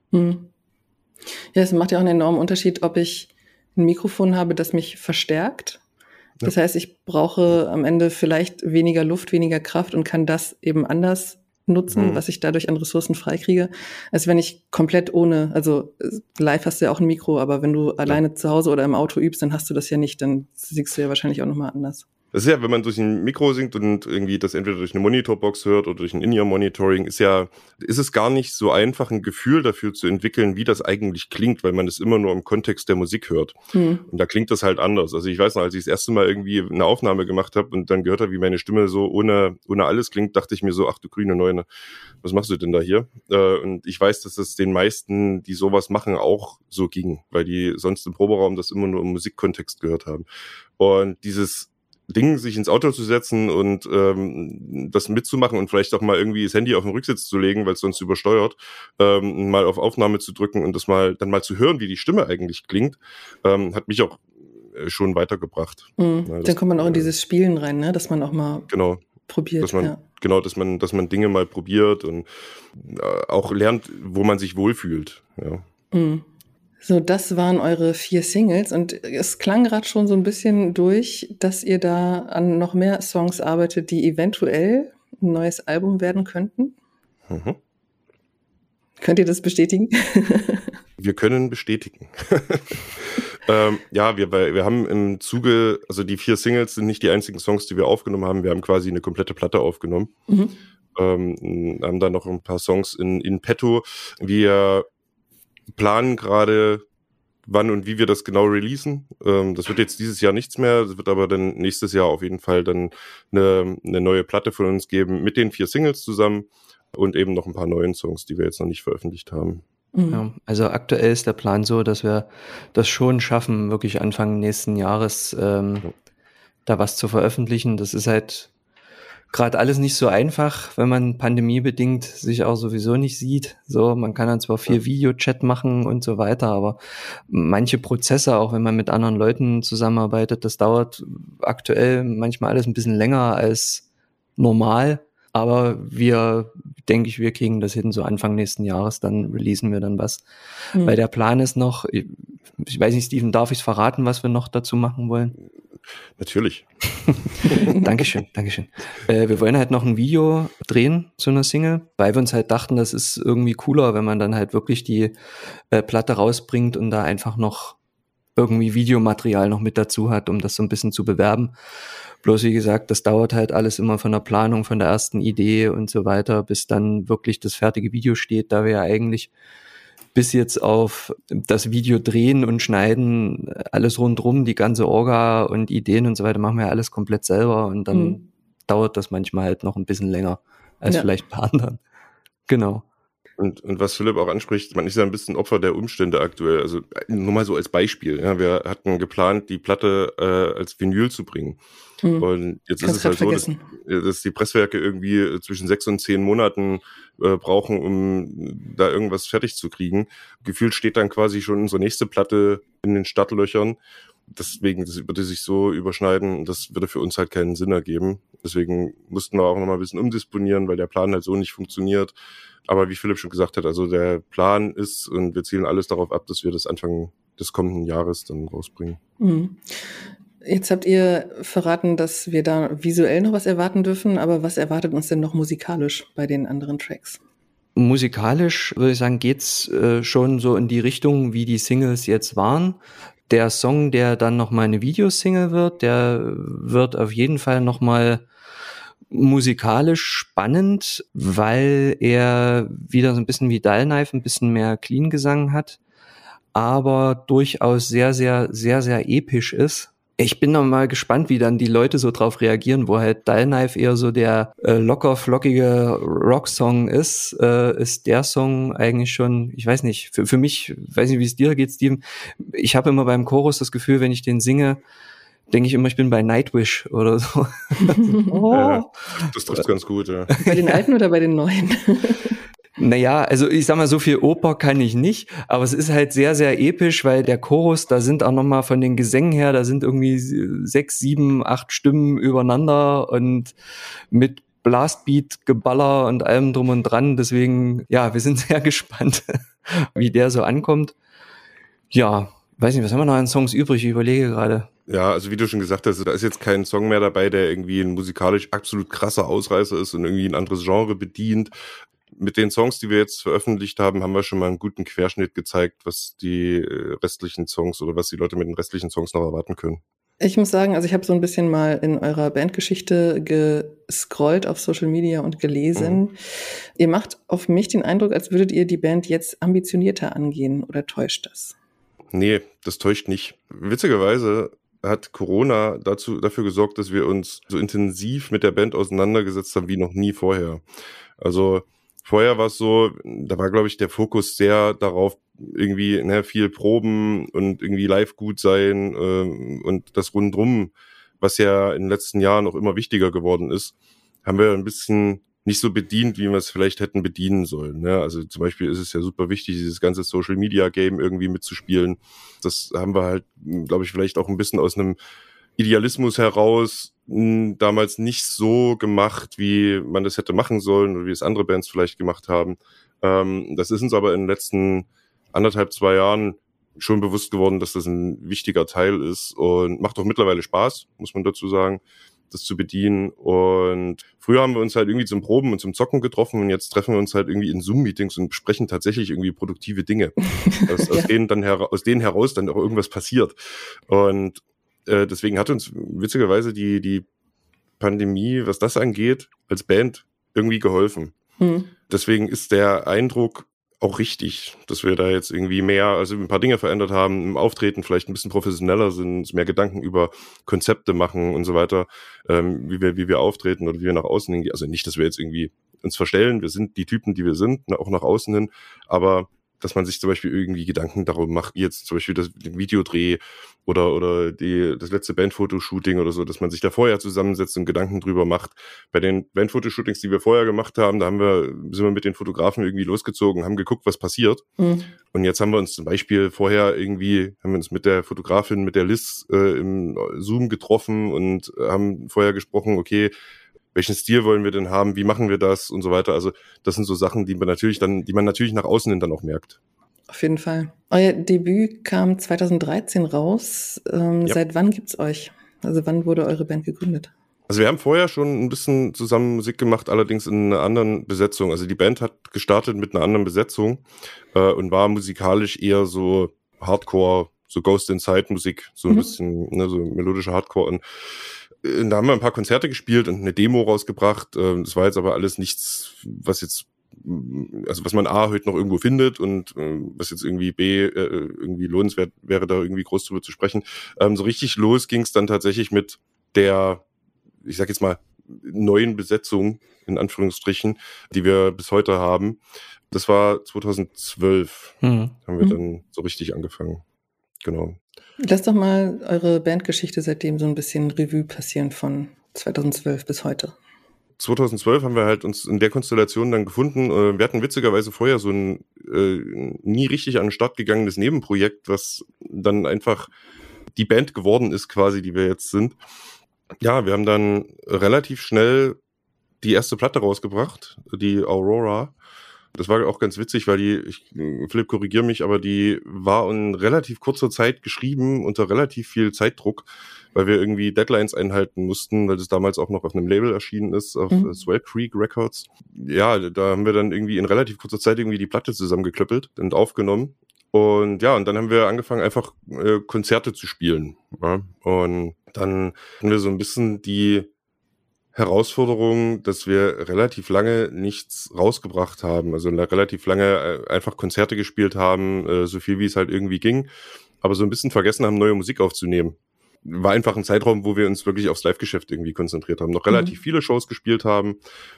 Hm. Ja, es macht ja auch einen enormen Unterschied, ob ich ein Mikrofon habe, das mich verstärkt. Das ja. heißt, ich brauche am Ende vielleicht weniger Luft, weniger Kraft und kann das eben anders nutzen, hm. was ich dadurch an Ressourcen freikriege, als wenn ich komplett ohne, also live hast du ja auch ein Mikro, aber wenn du ja. alleine zu Hause oder im Auto übst, dann hast du das ja nicht, dann singst du ja wahrscheinlich auch nochmal anders. Das ist ja, wenn man durch ein Mikro singt und irgendwie das entweder durch eine Monitorbox hört oder durch ein In-Ear-Monitoring, ist ja, ist es gar nicht so einfach, ein Gefühl dafür zu entwickeln, wie das eigentlich klingt, weil man es immer nur im Kontext der Musik hört. Hm. Und da klingt das halt anders. Also ich weiß noch, als ich das erste Mal irgendwie eine Aufnahme gemacht habe und dann gehört habe, wie meine Stimme so ohne, ohne alles klingt, dachte ich mir so, ach du grüne Neune, was machst du denn da hier? Und ich weiß, dass es den meisten, die sowas machen, auch so ging, weil die sonst im Proberaum das immer nur im Musikkontext gehört haben. Und dieses Ding, sich ins Auto zu setzen und ähm, das mitzumachen und vielleicht auch mal irgendwie das Handy auf den Rücksitz zu legen, weil es sonst übersteuert, ähm, mal auf Aufnahme zu drücken und das mal dann mal zu hören, wie die Stimme eigentlich klingt, ähm, hat mich auch äh, schon weitergebracht. Mhm. Ja, das, dann kommt man auch in dieses Spielen rein, ne, dass man auch mal genau. probiert. Dass man, ja. Genau, dass man, dass man Dinge mal probiert und äh, auch lernt, wo man sich wohlfühlt. Ja. Mhm. So, das waren eure vier Singles und es klang gerade schon so ein bisschen durch, dass ihr da an noch mehr Songs arbeitet, die eventuell ein neues Album werden könnten. Mhm. Könnt ihr das bestätigen? Wir können bestätigen. ähm, ja, wir, wir haben im Zuge, also die vier Singles sind nicht die einzigen Songs, die wir aufgenommen haben. Wir haben quasi eine komplette Platte aufgenommen. Mhm. Ähm, haben da noch ein paar Songs in, in petto. Wir planen gerade, wann und wie wir das genau releasen. Ähm, das wird jetzt dieses Jahr nichts mehr, es wird aber dann nächstes Jahr auf jeden Fall dann eine, eine neue Platte von uns geben mit den vier Singles zusammen und eben noch ein paar neuen Songs, die wir jetzt noch nicht veröffentlicht haben. Ja, also aktuell ist der Plan so, dass wir das schon schaffen, wirklich Anfang nächsten Jahres ähm, ja. da was zu veröffentlichen. Das ist halt gerade alles nicht so einfach, wenn man pandemiebedingt sich auch sowieso nicht sieht. So, man kann dann zwar viel Videochat machen und so weiter, aber manche Prozesse, auch wenn man mit anderen Leuten zusammenarbeitet, das dauert aktuell manchmal alles ein bisschen länger als normal. Aber wir, denke ich, wir kriegen das hin, so Anfang nächsten Jahres, dann releasen wir dann was. Mhm. Weil der Plan ist noch, ich, ich weiß nicht, Steven, darf ich verraten, was wir noch dazu machen wollen? Natürlich. Dankeschön, Dankeschön. Äh, wir wollen halt noch ein Video drehen zu einer Single, weil wir uns halt dachten, das ist irgendwie cooler, wenn man dann halt wirklich die äh, Platte rausbringt und da einfach noch irgendwie Videomaterial noch mit dazu hat, um das so ein bisschen zu bewerben. Bloß wie gesagt, das dauert halt alles immer von der Planung, von der ersten Idee und so weiter, bis dann wirklich das fertige Video steht, da wir ja eigentlich bis jetzt auf das Video drehen und schneiden, alles rundrum, die ganze Orga und Ideen und so weiter, machen wir ja alles komplett selber und dann mhm. dauert das manchmal halt noch ein bisschen länger als ja. vielleicht bei anderen. Genau. Und, und was Philipp auch anspricht, man ist ja ein bisschen Opfer der Umstände aktuell. Also nur mal so als Beispiel. Ja, wir hatten geplant, die Platte äh, als Vinyl zu bringen. Hm. Und jetzt Kannst ist es halt so, dass, dass die Presswerke irgendwie zwischen sechs und zehn Monaten äh, brauchen, um da irgendwas fertig zu kriegen. Gefühlt steht dann quasi schon unsere nächste Platte in den Startlöchern. Deswegen, das würde sich so überschneiden, das würde für uns halt keinen Sinn ergeben. Deswegen mussten wir auch noch mal ein bisschen umdisponieren, weil der Plan halt so nicht funktioniert. Aber wie Philipp schon gesagt hat, also der Plan ist, und wir zielen alles darauf ab, dass wir das Anfang des kommenden Jahres dann rausbringen. Mhm. Jetzt habt ihr verraten, dass wir da visuell noch was erwarten dürfen, aber was erwartet uns denn noch musikalisch bei den anderen Tracks? Musikalisch, würde ich sagen, geht's äh, schon so in die Richtung, wie die Singles jetzt waren. Der Song, der dann nochmal eine Videosingle wird, der wird auf jeden Fall nochmal musikalisch spannend, weil er wieder so ein bisschen wie Dull Knife ein bisschen mehr Clean-Gesang hat, aber durchaus sehr, sehr, sehr, sehr episch ist. Ich bin noch mal gespannt, wie dann die Leute so drauf reagieren, wo halt Dull Knife eher so der äh, locker flockige Rocksong ist, äh, ist der Song eigentlich schon, ich weiß nicht, für, für mich, weiß nicht, wie es dir geht, Steven, ich habe immer beim Chorus das Gefühl, wenn ich den singe, denke ich immer, ich bin bei Nightwish oder so. Oh. Ja, das trifft ganz gut, ja. Bei den alten oder bei den neuen? Naja, also ich sag mal, so viel Oper kann ich nicht, aber es ist halt sehr, sehr episch, weil der Chorus, da sind auch nochmal von den Gesängen her, da sind irgendwie sechs, sieben, acht Stimmen übereinander und mit Blastbeat, Geballer und allem drum und dran, deswegen, ja, wir sind sehr gespannt. wie der so ankommt. Ja, weiß nicht, was haben wir noch an Songs übrig? Ich überlege gerade. Ja, also wie du schon gesagt hast, da ist jetzt kein Song mehr dabei, der irgendwie ein musikalisch absolut krasser Ausreißer ist und irgendwie ein anderes Genre bedient. Mit den Songs, die wir jetzt veröffentlicht haben, haben wir schon mal einen guten Querschnitt gezeigt, was die restlichen Songs oder was die Leute mit den restlichen Songs noch erwarten können. Ich muss sagen, also ich habe so ein bisschen mal in eurer Bandgeschichte gescrollt auf Social Media und gelesen. Mhm. Ihr macht auf mich den Eindruck, als würdet ihr die Band jetzt ambitionierter angehen, oder täuscht das? Nee, das täuscht nicht. Witzigerweise hat Corona dazu, dafür gesorgt, dass wir uns so intensiv mit der Band auseinandergesetzt haben wie noch nie vorher. Also vorher war es so, da war, glaube ich, der Fokus sehr darauf, irgendwie ne, viel Proben und irgendwie live gut sein äh, und das rundrum, was ja in den letzten Jahren auch immer wichtiger geworden ist, haben wir ein bisschen nicht so bedient, wie wir es vielleicht hätten bedienen sollen. Ne? Also zum Beispiel ist es ja super wichtig, dieses ganze Social-Media-Game irgendwie mitzuspielen. Das haben wir halt, glaube ich, vielleicht auch ein bisschen aus einem Idealismus heraus mh, damals nicht so gemacht, wie man das hätte machen sollen oder wie es andere Bands vielleicht gemacht haben. Ähm, das ist uns aber in den letzten anderthalb, zwei Jahren schon bewusst geworden, dass das ein wichtiger Teil ist und macht auch mittlerweile Spaß, muss man dazu sagen, das zu bedienen. Und früher haben wir uns halt irgendwie zum Proben und zum Zocken getroffen und jetzt treffen wir uns halt irgendwie in Zoom-Meetings und besprechen tatsächlich irgendwie produktive Dinge. Aus, ja. aus, denen dann hera- aus denen heraus dann auch irgendwas passiert. Und äh, deswegen hat uns witzigerweise die, die Pandemie, was das angeht, als Band irgendwie geholfen. Hm. Deswegen ist der Eindruck auch richtig, dass wir da jetzt irgendwie mehr, also ein paar Dinge verändert haben, im Auftreten vielleicht ein bisschen professioneller sind, mehr Gedanken über Konzepte machen und so weiter, ähm, wie wir wie wir auftreten oder wie wir nach außen hingehen. Also nicht, dass wir jetzt irgendwie uns verstellen, wir sind die Typen, die wir sind, auch nach außen hin, aber dass man sich zum Beispiel irgendwie Gedanken darum macht, wie jetzt zum Beispiel das den Videodreh oder oder die das letzte Bandfotoshooting oder so, dass man sich da vorher zusammensetzt und Gedanken drüber macht. Bei den Bandfotoshootings, die wir vorher gemacht haben, da haben wir sind wir mit den Fotografen irgendwie losgezogen, haben geguckt, was passiert. Mhm. Und jetzt haben wir uns zum Beispiel vorher irgendwie, haben wir uns mit der Fotografin, mit der Liz äh, im Zoom getroffen und haben vorher gesprochen, okay, welchen Stil wollen wir denn haben, wie machen wir das und so weiter. Also das sind so Sachen, die man natürlich dann, die man natürlich nach außen hin dann auch merkt. Auf jeden Fall. Euer Debüt kam zweitausenddreizehn raus. Ähm, ja. Seit wann gibt's euch? Also wann wurde eure Band gegründet? Also wir haben vorher schon ein bisschen zusammen Musik gemacht, allerdings in einer anderen Besetzung. Also die Band hat gestartet mit einer anderen Besetzung äh, und war musikalisch eher so Hardcore, so Ghost Inside Musik, so ein mhm. bisschen ne, so melodische Hardcore. Und da haben wir ein paar Konzerte gespielt und eine Demo rausgebracht. Das war jetzt aber alles nichts, was jetzt, also was man A, heute noch irgendwo findet und was jetzt irgendwie B, irgendwie lohnenswert wäre, da irgendwie groß drüber zu sprechen. So richtig los ging es dann tatsächlich mit der, ich sag jetzt mal, neuen Besetzung, in Anführungsstrichen, die wir bis heute haben. Das war zweitausendzwölf, mhm. haben wir mhm. dann so richtig angefangen. Genau. Lass doch mal eure Bandgeschichte seitdem so ein bisschen Revue passieren von zweitausendzwölf bis heute. zweitausendzwölf haben wir halt uns in der Konstellation dann gefunden. Wir hatten witzigerweise vorher so ein äh, nie richtig an den Start gegangenes Nebenprojekt, was dann einfach die Band geworden ist quasi, die wir jetzt sind. Ja, wir haben dann relativ schnell die erste Platte rausgebracht, die Aurora. Das war auch ganz witzig, weil die, ich, Philipp, korrigier mich, aber die war in relativ kurzer Zeit geschrieben, unter relativ viel Zeitdruck, weil wir irgendwie Deadlines einhalten mussten, weil das damals auch noch auf einem Label erschienen ist, auf mhm. Swell Creek Records. Ja, da haben wir dann irgendwie in relativ kurzer Zeit irgendwie die Platte zusammengeklöppelt und aufgenommen. Und ja, und dann haben wir angefangen, einfach äh, Konzerte zu spielen. Ja? Und dann haben wir so ein bisschen die Herausforderung, dass wir relativ lange nichts rausgebracht haben, also relativ lange einfach Konzerte gespielt haben, so viel wie es halt irgendwie ging, aber so ein bisschen vergessen haben, neue Musik aufzunehmen. War einfach ein Zeitraum, wo wir uns wirklich aufs Live-Geschäft irgendwie konzentriert haben, noch relativ mhm. viele Shows gespielt haben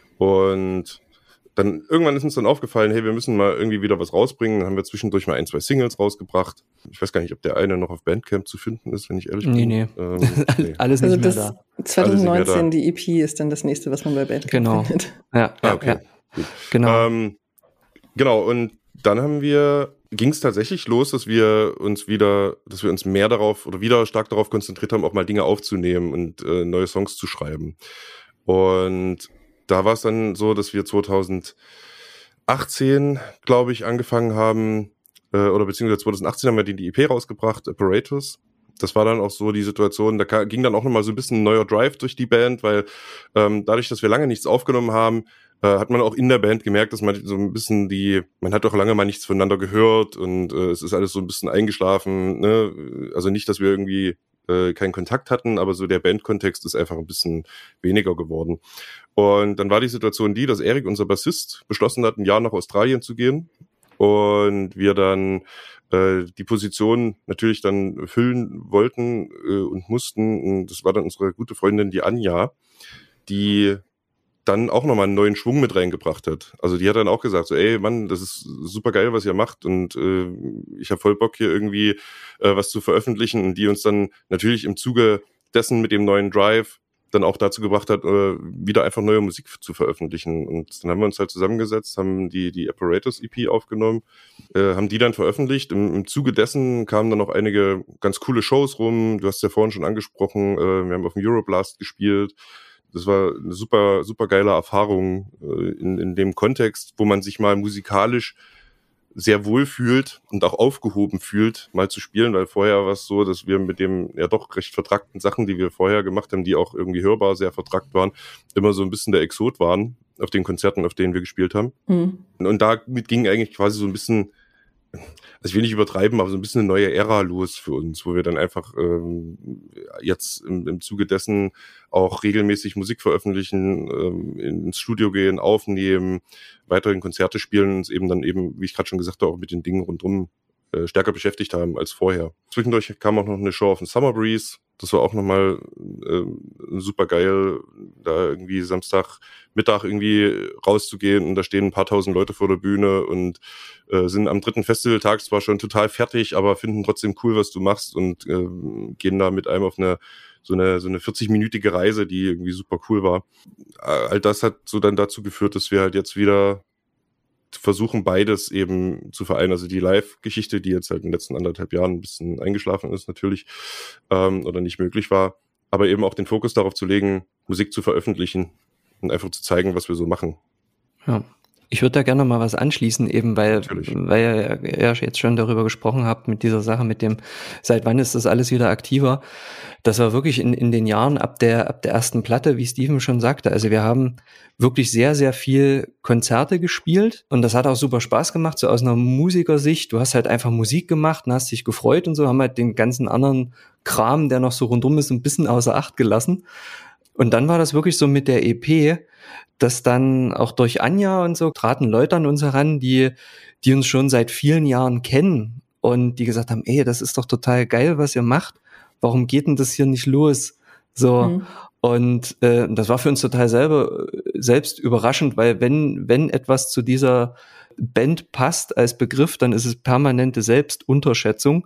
und dann irgendwann ist uns dann aufgefallen, hey, wir müssen mal irgendwie wieder was rausbringen. Dann haben wir zwischendurch mal ein, zwei Singles rausgebracht. Ich weiß gar nicht, ob der eine noch auf Bandcamp zu finden ist, wenn ich ehrlich bin. Nee, nee. Ähm, nee. Alles nicht also mehr da. zwanzig neunzehn, die E P ist dann das nächste, was man bei Bandcamp genau. findet. Ja, ah, okay. Ja. Gut. Genau. Ähm, genau, und dann haben wir, ging es tatsächlich los, dass wir uns wieder, dass wir uns mehr darauf oder wieder stark darauf konzentriert haben, auch mal Dinge aufzunehmen und äh, neue Songs zu schreiben. Und da war es dann so, dass wir zweitausendzwölf achtzehn, glaube ich, angefangen haben, äh, oder beziehungsweise zwanzig achtzehn haben wir die, die E P rausgebracht, Apparatus. Das war dann auch so die Situation, da ka- ging dann auch nochmal so ein bisschen ein neuer Drive durch die Band, weil ähm, dadurch, dass wir lange nichts aufgenommen haben, äh, hat man auch in der Band gemerkt, dass man so ein bisschen die, man hat doch lange mal nichts voneinander gehört und äh, es ist alles so ein bisschen eingeschlafen, ne? Also nicht, dass wir irgendwie äh, keinen Kontakt hatten, aber so der Bandkontext ist einfach ein bisschen weniger geworden. Und dann war die Situation die, dass Erik, unser Bassist, beschlossen hat, ein Jahr nach Australien zu gehen und wir dann äh, die Position natürlich dann füllen wollten äh, und mussten. Und das war dann unsere gute Freundin, die Anja, die dann auch nochmal einen neuen Schwung mit reingebracht hat. Also die hat dann auch gesagt, so, ey Mann, das ist super geil, was ihr macht und äh, ich habe voll Bock hier irgendwie äh, was zu veröffentlichen, und die uns dann natürlich im Zuge dessen mit dem neuen Drive dann auch dazu gebracht hat, äh, wieder einfach neue Musik zu veröffentlichen. Und dann haben wir uns halt zusammengesetzt, haben die die Apparatus-E P aufgenommen, äh, haben die dann veröffentlicht. Im, Im Zuge dessen kamen dann noch einige ganz coole Shows rum. Du hast ja vorhin schon angesprochen, äh, wir haben auf dem Euroblast gespielt. Das war eine super, super geile Erfahrung äh, in, in dem Kontext, wo man sich mal musikalisch sehr wohl fühlt und auch aufgehoben fühlt, mal zu spielen, weil vorher war es so, dass wir mit dem ja doch recht vertrackten Sachen, die wir vorher gemacht haben, die auch irgendwie hörbar sehr vertrackt waren, immer so ein bisschen der Exot waren auf den Konzerten, auf denen wir gespielt haben. Mhm. Und damit ging eigentlich quasi so ein bisschen, also ich will nicht übertreiben, aber so ein bisschen eine neue Ära los für uns, wo wir dann einfach ähm, jetzt im, im Zuge dessen auch regelmäßig Musik veröffentlichen, ähm, ins Studio gehen, aufnehmen, weiterhin Konzerte spielen und uns eben dann eben, wie ich gerade schon gesagt habe, auch mit den Dingen rundum äh, stärker beschäftigt haben als vorher. Zwischendurch kam auch noch eine Show auf dem Summer Breeze. Das war auch nochmal äh, super geil, da irgendwie Samstagmittag irgendwie rauszugehen und da stehen ein paar tausend Leute vor der Bühne und äh, sind am dritten Festivaltag zwar schon total fertig, aber finden trotzdem cool, was du machst, und äh, gehen da mit einem auf eine so eine so eine vierzig-minütige Reise, die irgendwie super cool war. All das hat so dann dazu geführt, dass wir halt jetzt wieder versuchen, beides eben zu vereinen. Also die Live-Geschichte, die jetzt halt in den letzten anderthalb Jahren ein bisschen eingeschlafen ist natürlich ähm, oder nicht möglich war, aber eben auch den Fokus darauf zu legen, Musik zu veröffentlichen und einfach zu zeigen, was wir so machen. Ja. Ich würde da gerne mal was anschließen, eben weil, weil ihr ja jetzt schon darüber gesprochen habt mit dieser Sache, mit dem, seit wann ist das alles wieder aktiver. Das war wirklich in, in den Jahren ab der, ab der ersten Platte, wie Steven schon sagte. Also wir haben wirklich sehr, sehr viel Konzerte gespielt und das hat auch super Spaß gemacht, so aus einer Musikersicht. Du hast halt einfach Musik gemacht und hast dich gefreut und so, haben halt den ganzen anderen Kram, der noch so rundum ist, ein bisschen außer Acht gelassen. Und dann war das wirklich so mit der E P, dass dann auch durch Anja und so traten Leute an uns heran, die, die uns schon seit vielen Jahren kennen und die gesagt haben, ey, das ist doch total geil, was ihr macht. Warum geht denn das hier nicht los? So. Mhm. Und äh, das war für uns total selber selbst überraschend, weil wenn wenn etwas zu dieser Band passt als Begriff, dann ist es permanente Selbstunterschätzung.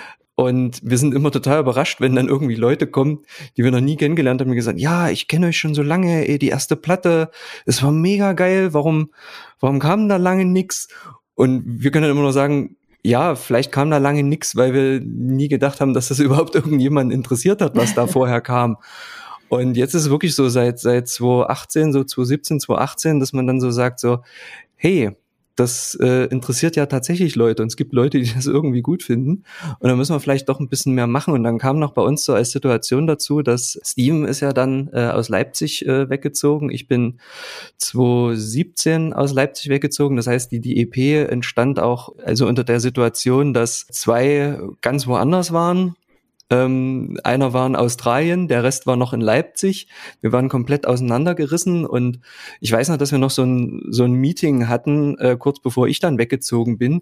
Und wir sind immer total überrascht, wenn dann irgendwie Leute kommen, die wir noch nie kennengelernt haben, und gesagt, ja, ich kenne euch schon so lange, ey, die erste Platte, es war mega geil, warum warum kam da lange nix? Und wir können dann immer nur sagen, ja, vielleicht kam da lange nix, weil wir nie gedacht haben, dass das überhaupt irgendjemanden interessiert hat, was da vorher kam. Und jetzt ist es wirklich so, seit seit zwanzig achtzehn, so zwanzig siebzehn, zwanzig achtzehn, dass man dann so sagt, so, hey, das äh, interessiert ja tatsächlich Leute und es gibt Leute, die das irgendwie gut finden und dann müssen wir vielleicht doch ein bisschen mehr machen. Und dann kam noch bei uns so als Situation dazu, dass Steven ist ja dann äh, aus Leipzig äh, weggezogen. Ich bin zwanzig siebzehn aus Leipzig weggezogen. Das heißt, die, die E P entstand auch also unter der Situation, dass zwei ganz woanders waren. Ähm, einer war in Australien, der Rest war noch in Leipzig. Wir waren komplett auseinandergerissen und ich weiß noch, dass wir noch so ein so ein Meeting hatten, äh, kurz bevor ich dann weggezogen bin,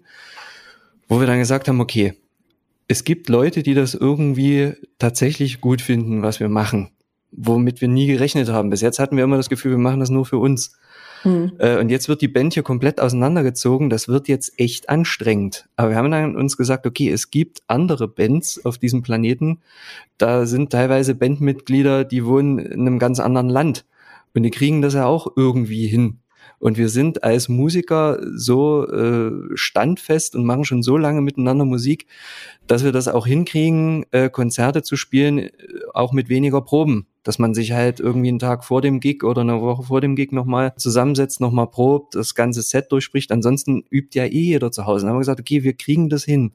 wo wir dann gesagt haben, okay, es gibt Leute, die das irgendwie tatsächlich gut finden, was wir machen, womit wir nie gerechnet haben. Bis jetzt hatten wir immer das Gefühl, wir machen das nur für uns. Mhm. Äh, und jetzt wird die Band hier komplett auseinandergezogen. Das wird jetzt echt anstrengend. Aber wir haben dann uns gesagt, okay, es gibt andere Bands auf diesem Planeten. Da sind teilweise Bandmitglieder, die wohnen in einem ganz anderen Land. Und die kriegen das ja auch irgendwie hin. Und wir sind als Musiker so äh, standfest und machen schon so lange miteinander Musik, dass wir das auch hinkriegen, äh, Konzerte zu spielen, äh, auch mit weniger Proben. dass man sich halt irgendwie einen Tag vor dem Gig oder eine Woche vor dem Gig nochmal zusammensetzt, nochmal probt, das ganze Set durchspricht. Ansonsten übt ja eh jeder zu Hause. Dann haben wir gesagt, okay, wir kriegen das hin.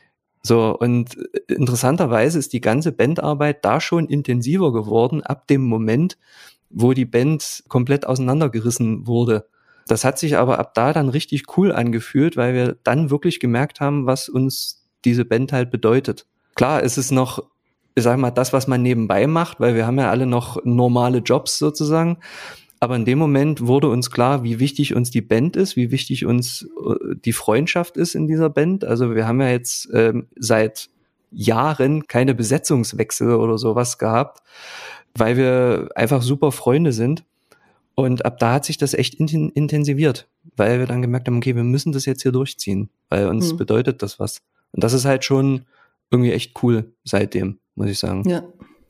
So, und interessanterweise ist die ganze Bandarbeit da schon intensiver geworden, ab dem Moment, wo die Band komplett auseinandergerissen wurde. Das hat sich aber ab da dann richtig cool angefühlt, weil wir dann wirklich gemerkt haben, was uns diese Band halt bedeutet. Klar, es ist noch, ich sag mal, das, was man nebenbei macht, weil wir haben ja alle noch normale Jobs sozusagen. Aber in dem Moment wurde uns klar, wie wichtig uns die Band ist, wie wichtig uns die Freundschaft ist in dieser Band. Also wir haben ja jetzt ähm, seit Jahren keine Besetzungswechsel oder sowas gehabt, weil wir einfach super Freunde sind. Und ab da hat sich das echt in- intensiviert, weil wir dann gemerkt haben, okay, wir müssen das jetzt hier durchziehen, weil uns mhm. bedeutet das was. Und das ist halt schon irgendwie echt cool seitdem, muss ich sagen. Ja,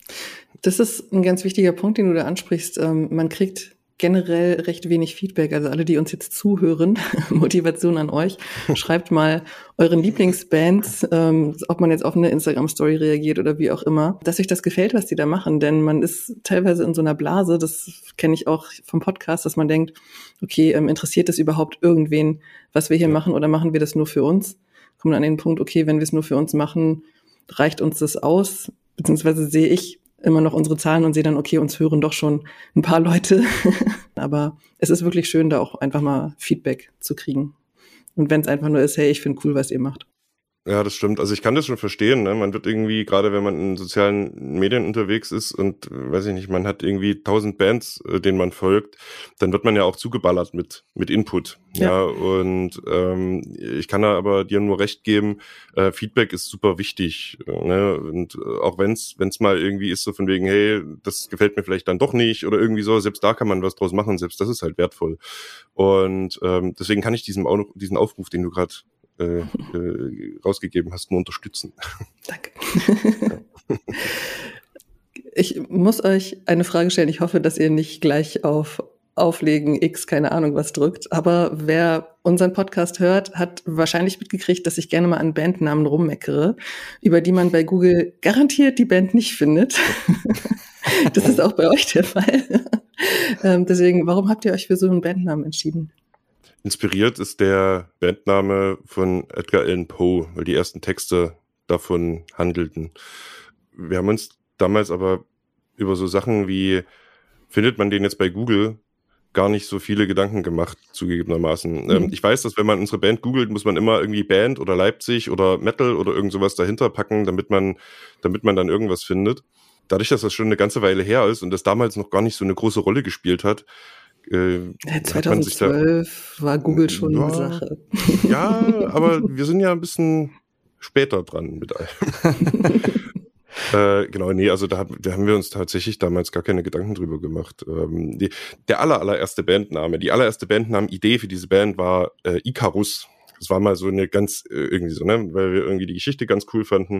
das ist ein ganz wichtiger Punkt, den du da ansprichst. Ähm, man kriegt generell recht wenig Feedback. Also alle, die uns jetzt zuhören, Motivation an euch, schreibt mal euren Lieblingsbands, ähm, ob man jetzt auf eine Instagram-Story reagiert oder wie auch immer, dass euch das gefällt, was die da machen. Denn man ist teilweise in so einer Blase, das kenne ich auch vom Podcast, dass man denkt, okay, ähm, interessiert das überhaupt irgendwen, was wir hier machen, oder machen wir das nur für uns? Kommen an den Punkt, okay, wenn wir es nur für uns machen, reicht uns das aus? Beziehungsweise sehe ich immer noch unsere Zahlen und sehe dann, okay, uns hören doch schon ein paar Leute. Aber es ist wirklich schön, da auch einfach mal Feedback zu kriegen. Und wenn es einfach nur ist, hey, ich finde cool, was ihr macht. Ja, das stimmt. Also ich kann das schon verstehen, ne? Man wird irgendwie, gerade wenn man in sozialen Medien unterwegs ist und, weiß ich nicht, man hat irgendwie tausend Bands, äh, denen man folgt, dann wird man ja auch zugeballert mit mit Input. Ja, ja und ähm, ich kann da aber dir nur recht geben, äh, Feedback ist super wichtig. Ne? Und äh, auch wenn's wenn's mal irgendwie ist, so von wegen, hey, das gefällt mir vielleicht dann doch nicht oder irgendwie so, selbst da kann man was draus machen, selbst das ist halt wertvoll. Und ähm, deswegen kann ich diesen, diesen Aufruf, den du gerade Äh, äh, rausgegeben hast, nur unterstützen. Danke. Ja. Ich muss euch eine Frage stellen. Ich hoffe, dass ihr nicht gleich auf Auflegen X, keine Ahnung was drückt. Aber wer unseren Podcast hört, hat wahrscheinlich mitgekriegt, dass ich gerne mal an Bandnamen rummeckere, über die man bei Google garantiert die Band nicht findet. Das ist auch bei euch der Fall. ähm, deswegen, warum habt ihr euch für so einen Bandnamen entschieden? Inspiriert ist der Bandname von Edgar Allan Poe, weil die ersten Texte davon handelten. Wir haben uns damals aber über so Sachen wie, findet man den jetzt bei Google, gar nicht so viele Gedanken gemacht, zugegebenermaßen. Mhm. Ähm, ich weiß, dass wenn man unsere Band googelt, muss man immer irgendwie Band oder Leipzig oder Metal oder irgend sowas dahinter packen, damit man, damit man dann irgendwas findet. Dadurch, dass das schon eine ganze Weile her ist und das damals noch gar nicht so eine große Rolle gespielt hat, Äh, zweitausendzwölf da, war Google schon ja, eine Sache. Ja, aber wir sind ja ein bisschen später dran mit allem. äh, genau, nee, also da, da haben wir uns tatsächlich damals gar keine Gedanken drüber gemacht. Ähm, die, der aller, allererste Bandname, die allererste Bandnamen-Idee für diese Band war äh, Icarus. Das war mal so eine ganz, äh, irgendwie so, ne, weil wir irgendwie die Geschichte ganz cool fanden.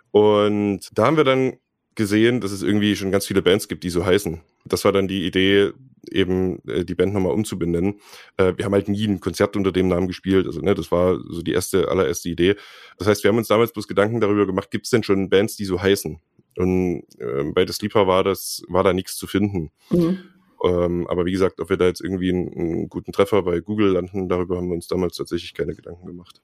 Und da haben wir dann gesehen, dass es irgendwie schon ganz viele Bands gibt, die so heißen. Das war dann die Idee, eben äh, die Band nochmal umzubenennen. Äh, wir haben halt nie ein Konzert unter dem Namen gespielt, also ne, das war so die erste, allererste Idee. Das heißt, wir haben uns damals bloß Gedanken darüber gemacht, gibt es denn schon Bands, die so heißen? Und äh, bei The Sleeper war das, war da nichts zu finden. Mhm. Ähm, aber wie gesagt, ob wir da jetzt irgendwie einen, einen guten Treffer bei Google landen, darüber haben wir uns damals tatsächlich keine Gedanken gemacht.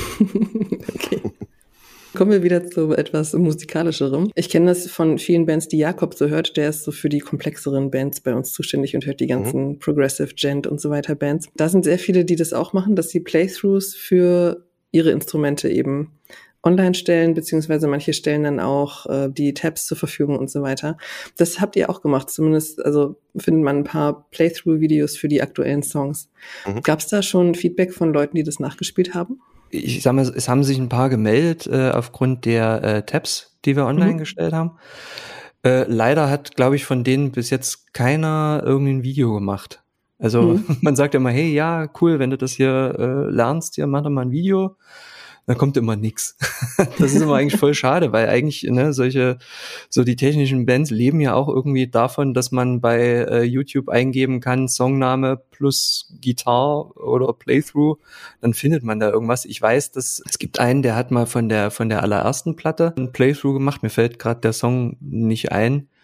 Okay. Kommen wir wieder zu etwas Musikalischerem. Ich kenne das von vielen Bands, die Jakob so hört. Der ist so für die komplexeren Bands bei uns zuständig und hört die ganzen mhm. Progressive, Gent und so weiter Bands. Da sind sehr viele, die das auch machen, dass sie Playthroughs für ihre Instrumente eben online stellen, beziehungsweise manche stellen dann auch äh, die Tabs zur Verfügung und so weiter. Das habt ihr auch gemacht, zumindest, also findet man ein paar Playthrough-Videos für die aktuellen Songs. Mhm. Gab es da schon Feedback von Leuten, die das nachgespielt haben? Ich sag mal, es haben sich ein paar gemeldet äh, aufgrund der äh, Tabs, die wir online mhm. gestellt haben. Äh, leider hat, glaube ich, von denen bis jetzt keiner irgendwie ein Video gemacht. Also mhm. man sagt immer, hey, ja, cool, wenn du das hier äh, lernst, hier mach doch mal ein Video. Dann kommt immer nix. Das ist immer eigentlich voll schade, weil eigentlich ne solche so die technischen Bands leben ja auch irgendwie davon, dass man bei äh, YouTube eingeben kann Songname plus Gitarre oder Playthrough, dann findet man da irgendwas. Ich weiß, dass es gibt einen, der hat mal von der von der allerersten Platte ein Playthrough gemacht. Mir fällt gerade der Song nicht ein.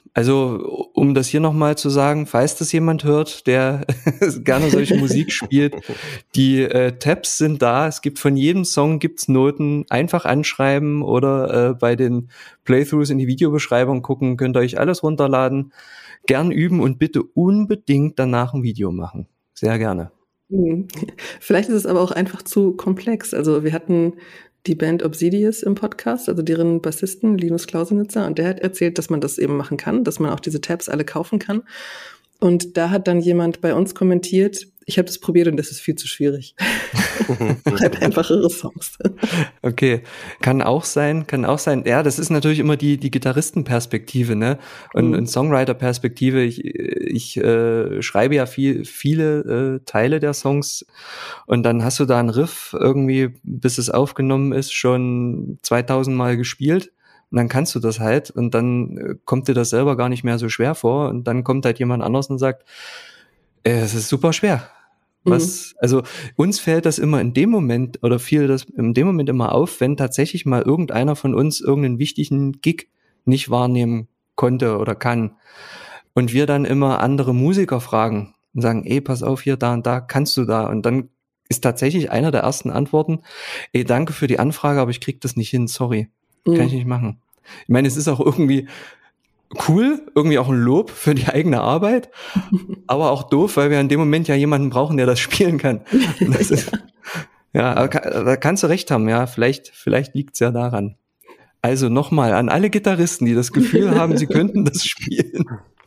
Also, um das hier nochmal zu sagen, falls das jemand hört, der gerne solche Musik spielt, die äh, Tabs sind da. Es gibt von jedem Song gibt's Noten. Einfach anschreiben oder äh, bei den Playthroughs in die Videobeschreibung gucken. Könnt ihr euch alles runterladen. Gern üben und bitte unbedingt danach ein Video machen. Sehr gerne. Vielleicht ist es aber auch einfach zu komplex. Also wir hatten die Band Obsidious im Podcast, also deren Bassisten Linus Klausenitzer, und der hat erzählt, dass man das eben machen kann, dass man auch diese Tabs alle kaufen kann. Und da hat dann jemand bei uns kommentiert, ich habe das probiert und das ist viel zu schwierig. Schreib einfachere Songs. Okay, kann auch sein, kann auch sein. Ja, das ist natürlich immer die die Gitarristenperspektive, ne? Und, mhm. und Songwriter-Perspektive. Ich, ich äh, schreibe ja viel viele äh, Teile der Songs und dann hast du da einen Riff irgendwie, bis es aufgenommen ist, schon zweitausend Mal gespielt. Und dann kannst du das halt und dann kommt dir das selber gar nicht mehr so schwer vor und dann kommt halt jemand anders und sagt, äh, es ist super schwer. Was, mhm. also uns fällt das immer in dem Moment oder fiel das in dem Moment immer auf, wenn tatsächlich mal irgendeiner von uns irgendeinen wichtigen Gig nicht wahrnehmen konnte oder kann. Und wir dann immer andere Musiker fragen und sagen, ey, pass auf hier, da und da, kannst du da? Und dann ist tatsächlich einer der ersten Antworten, ey, danke für die Anfrage, aber ich krieg das nicht hin, sorry. Mhm. Kann ich nicht machen. Ich meine, es ist auch irgendwie cool, irgendwie auch ein Lob für die eigene Arbeit, aber auch doof, weil wir in dem Moment ja jemanden brauchen, der das spielen kann. Das ist, ja, aber da kannst du recht haben, ja, vielleicht, vielleicht liegt's ja daran. Also nochmal an alle Gitarristen, die das Gefühl haben, sie könnten das spielen.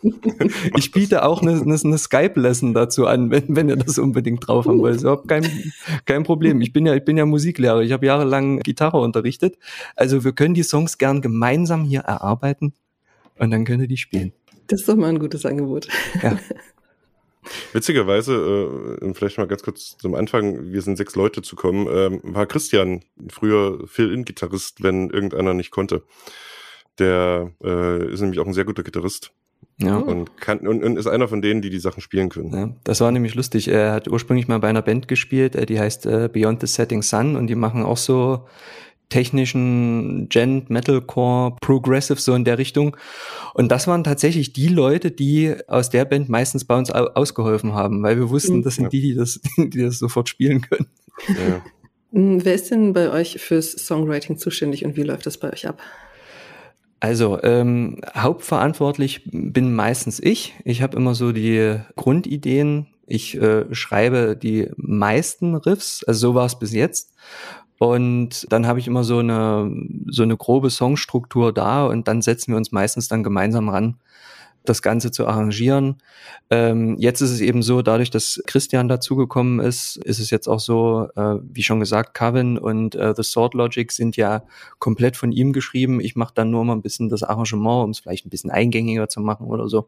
Ich biete auch eine, eine, eine Skype-Lesson dazu an, wenn, wenn ihr das unbedingt drauf haben wollt. Überhaupt kein, kein Problem. Ich bin ja, ich bin ja Musiklehrer. Ich habe jahrelang Gitarre unterrichtet. Also wir können die Songs gern gemeinsam hier erarbeiten und dann könnt ihr die spielen. Das ist doch mal ein gutes Angebot. Ja. Witzigerweise, äh, vielleicht mal ganz kurz zum Anfang, wir sind sechs Leute zu kommen, äh, war Christian früher Fill-In-Gitarrist, wenn irgendeiner nicht konnte. Der äh, ist nämlich auch ein sehr guter Gitarrist. Ja. Und, kann, und, und ist einer von denen, die die Sachen spielen können. Ja, das war nämlich lustig. Er hat ursprünglich mal bei einer Band gespielt, die heißt äh, Beyond the Setting Sun und die machen auch so technischen Gent, Metalcore, Progressive, so in der Richtung. Und das waren tatsächlich die Leute, die aus der Band meistens bei uns au- ausgeholfen haben, weil wir wussten, das sind ja. die, die das, die das sofort spielen können. Ja. Wer ist denn bei euch fürs Songwriting zuständig und wie läuft das bei euch ab? Also ähm, hauptverantwortlich bin meistens ich. Ich habe immer so die Grundideen. Ich äh, schreibe die meisten Riffs, also so war es bis jetzt. Und dann habe ich immer so eine so eine grobe Songstruktur da und dann setzen wir uns meistens dann gemeinsam ran, das Ganze zu arrangieren. Ähm, jetzt ist es eben so, dadurch, dass Christian dazugekommen ist, ist es jetzt auch so, äh, wie schon gesagt, Coven und äh, The Sword Logic sind ja komplett von ihm geschrieben. Ich mache dann nur mal ein bisschen das Arrangement, um es vielleicht ein bisschen eingängiger zu machen oder so.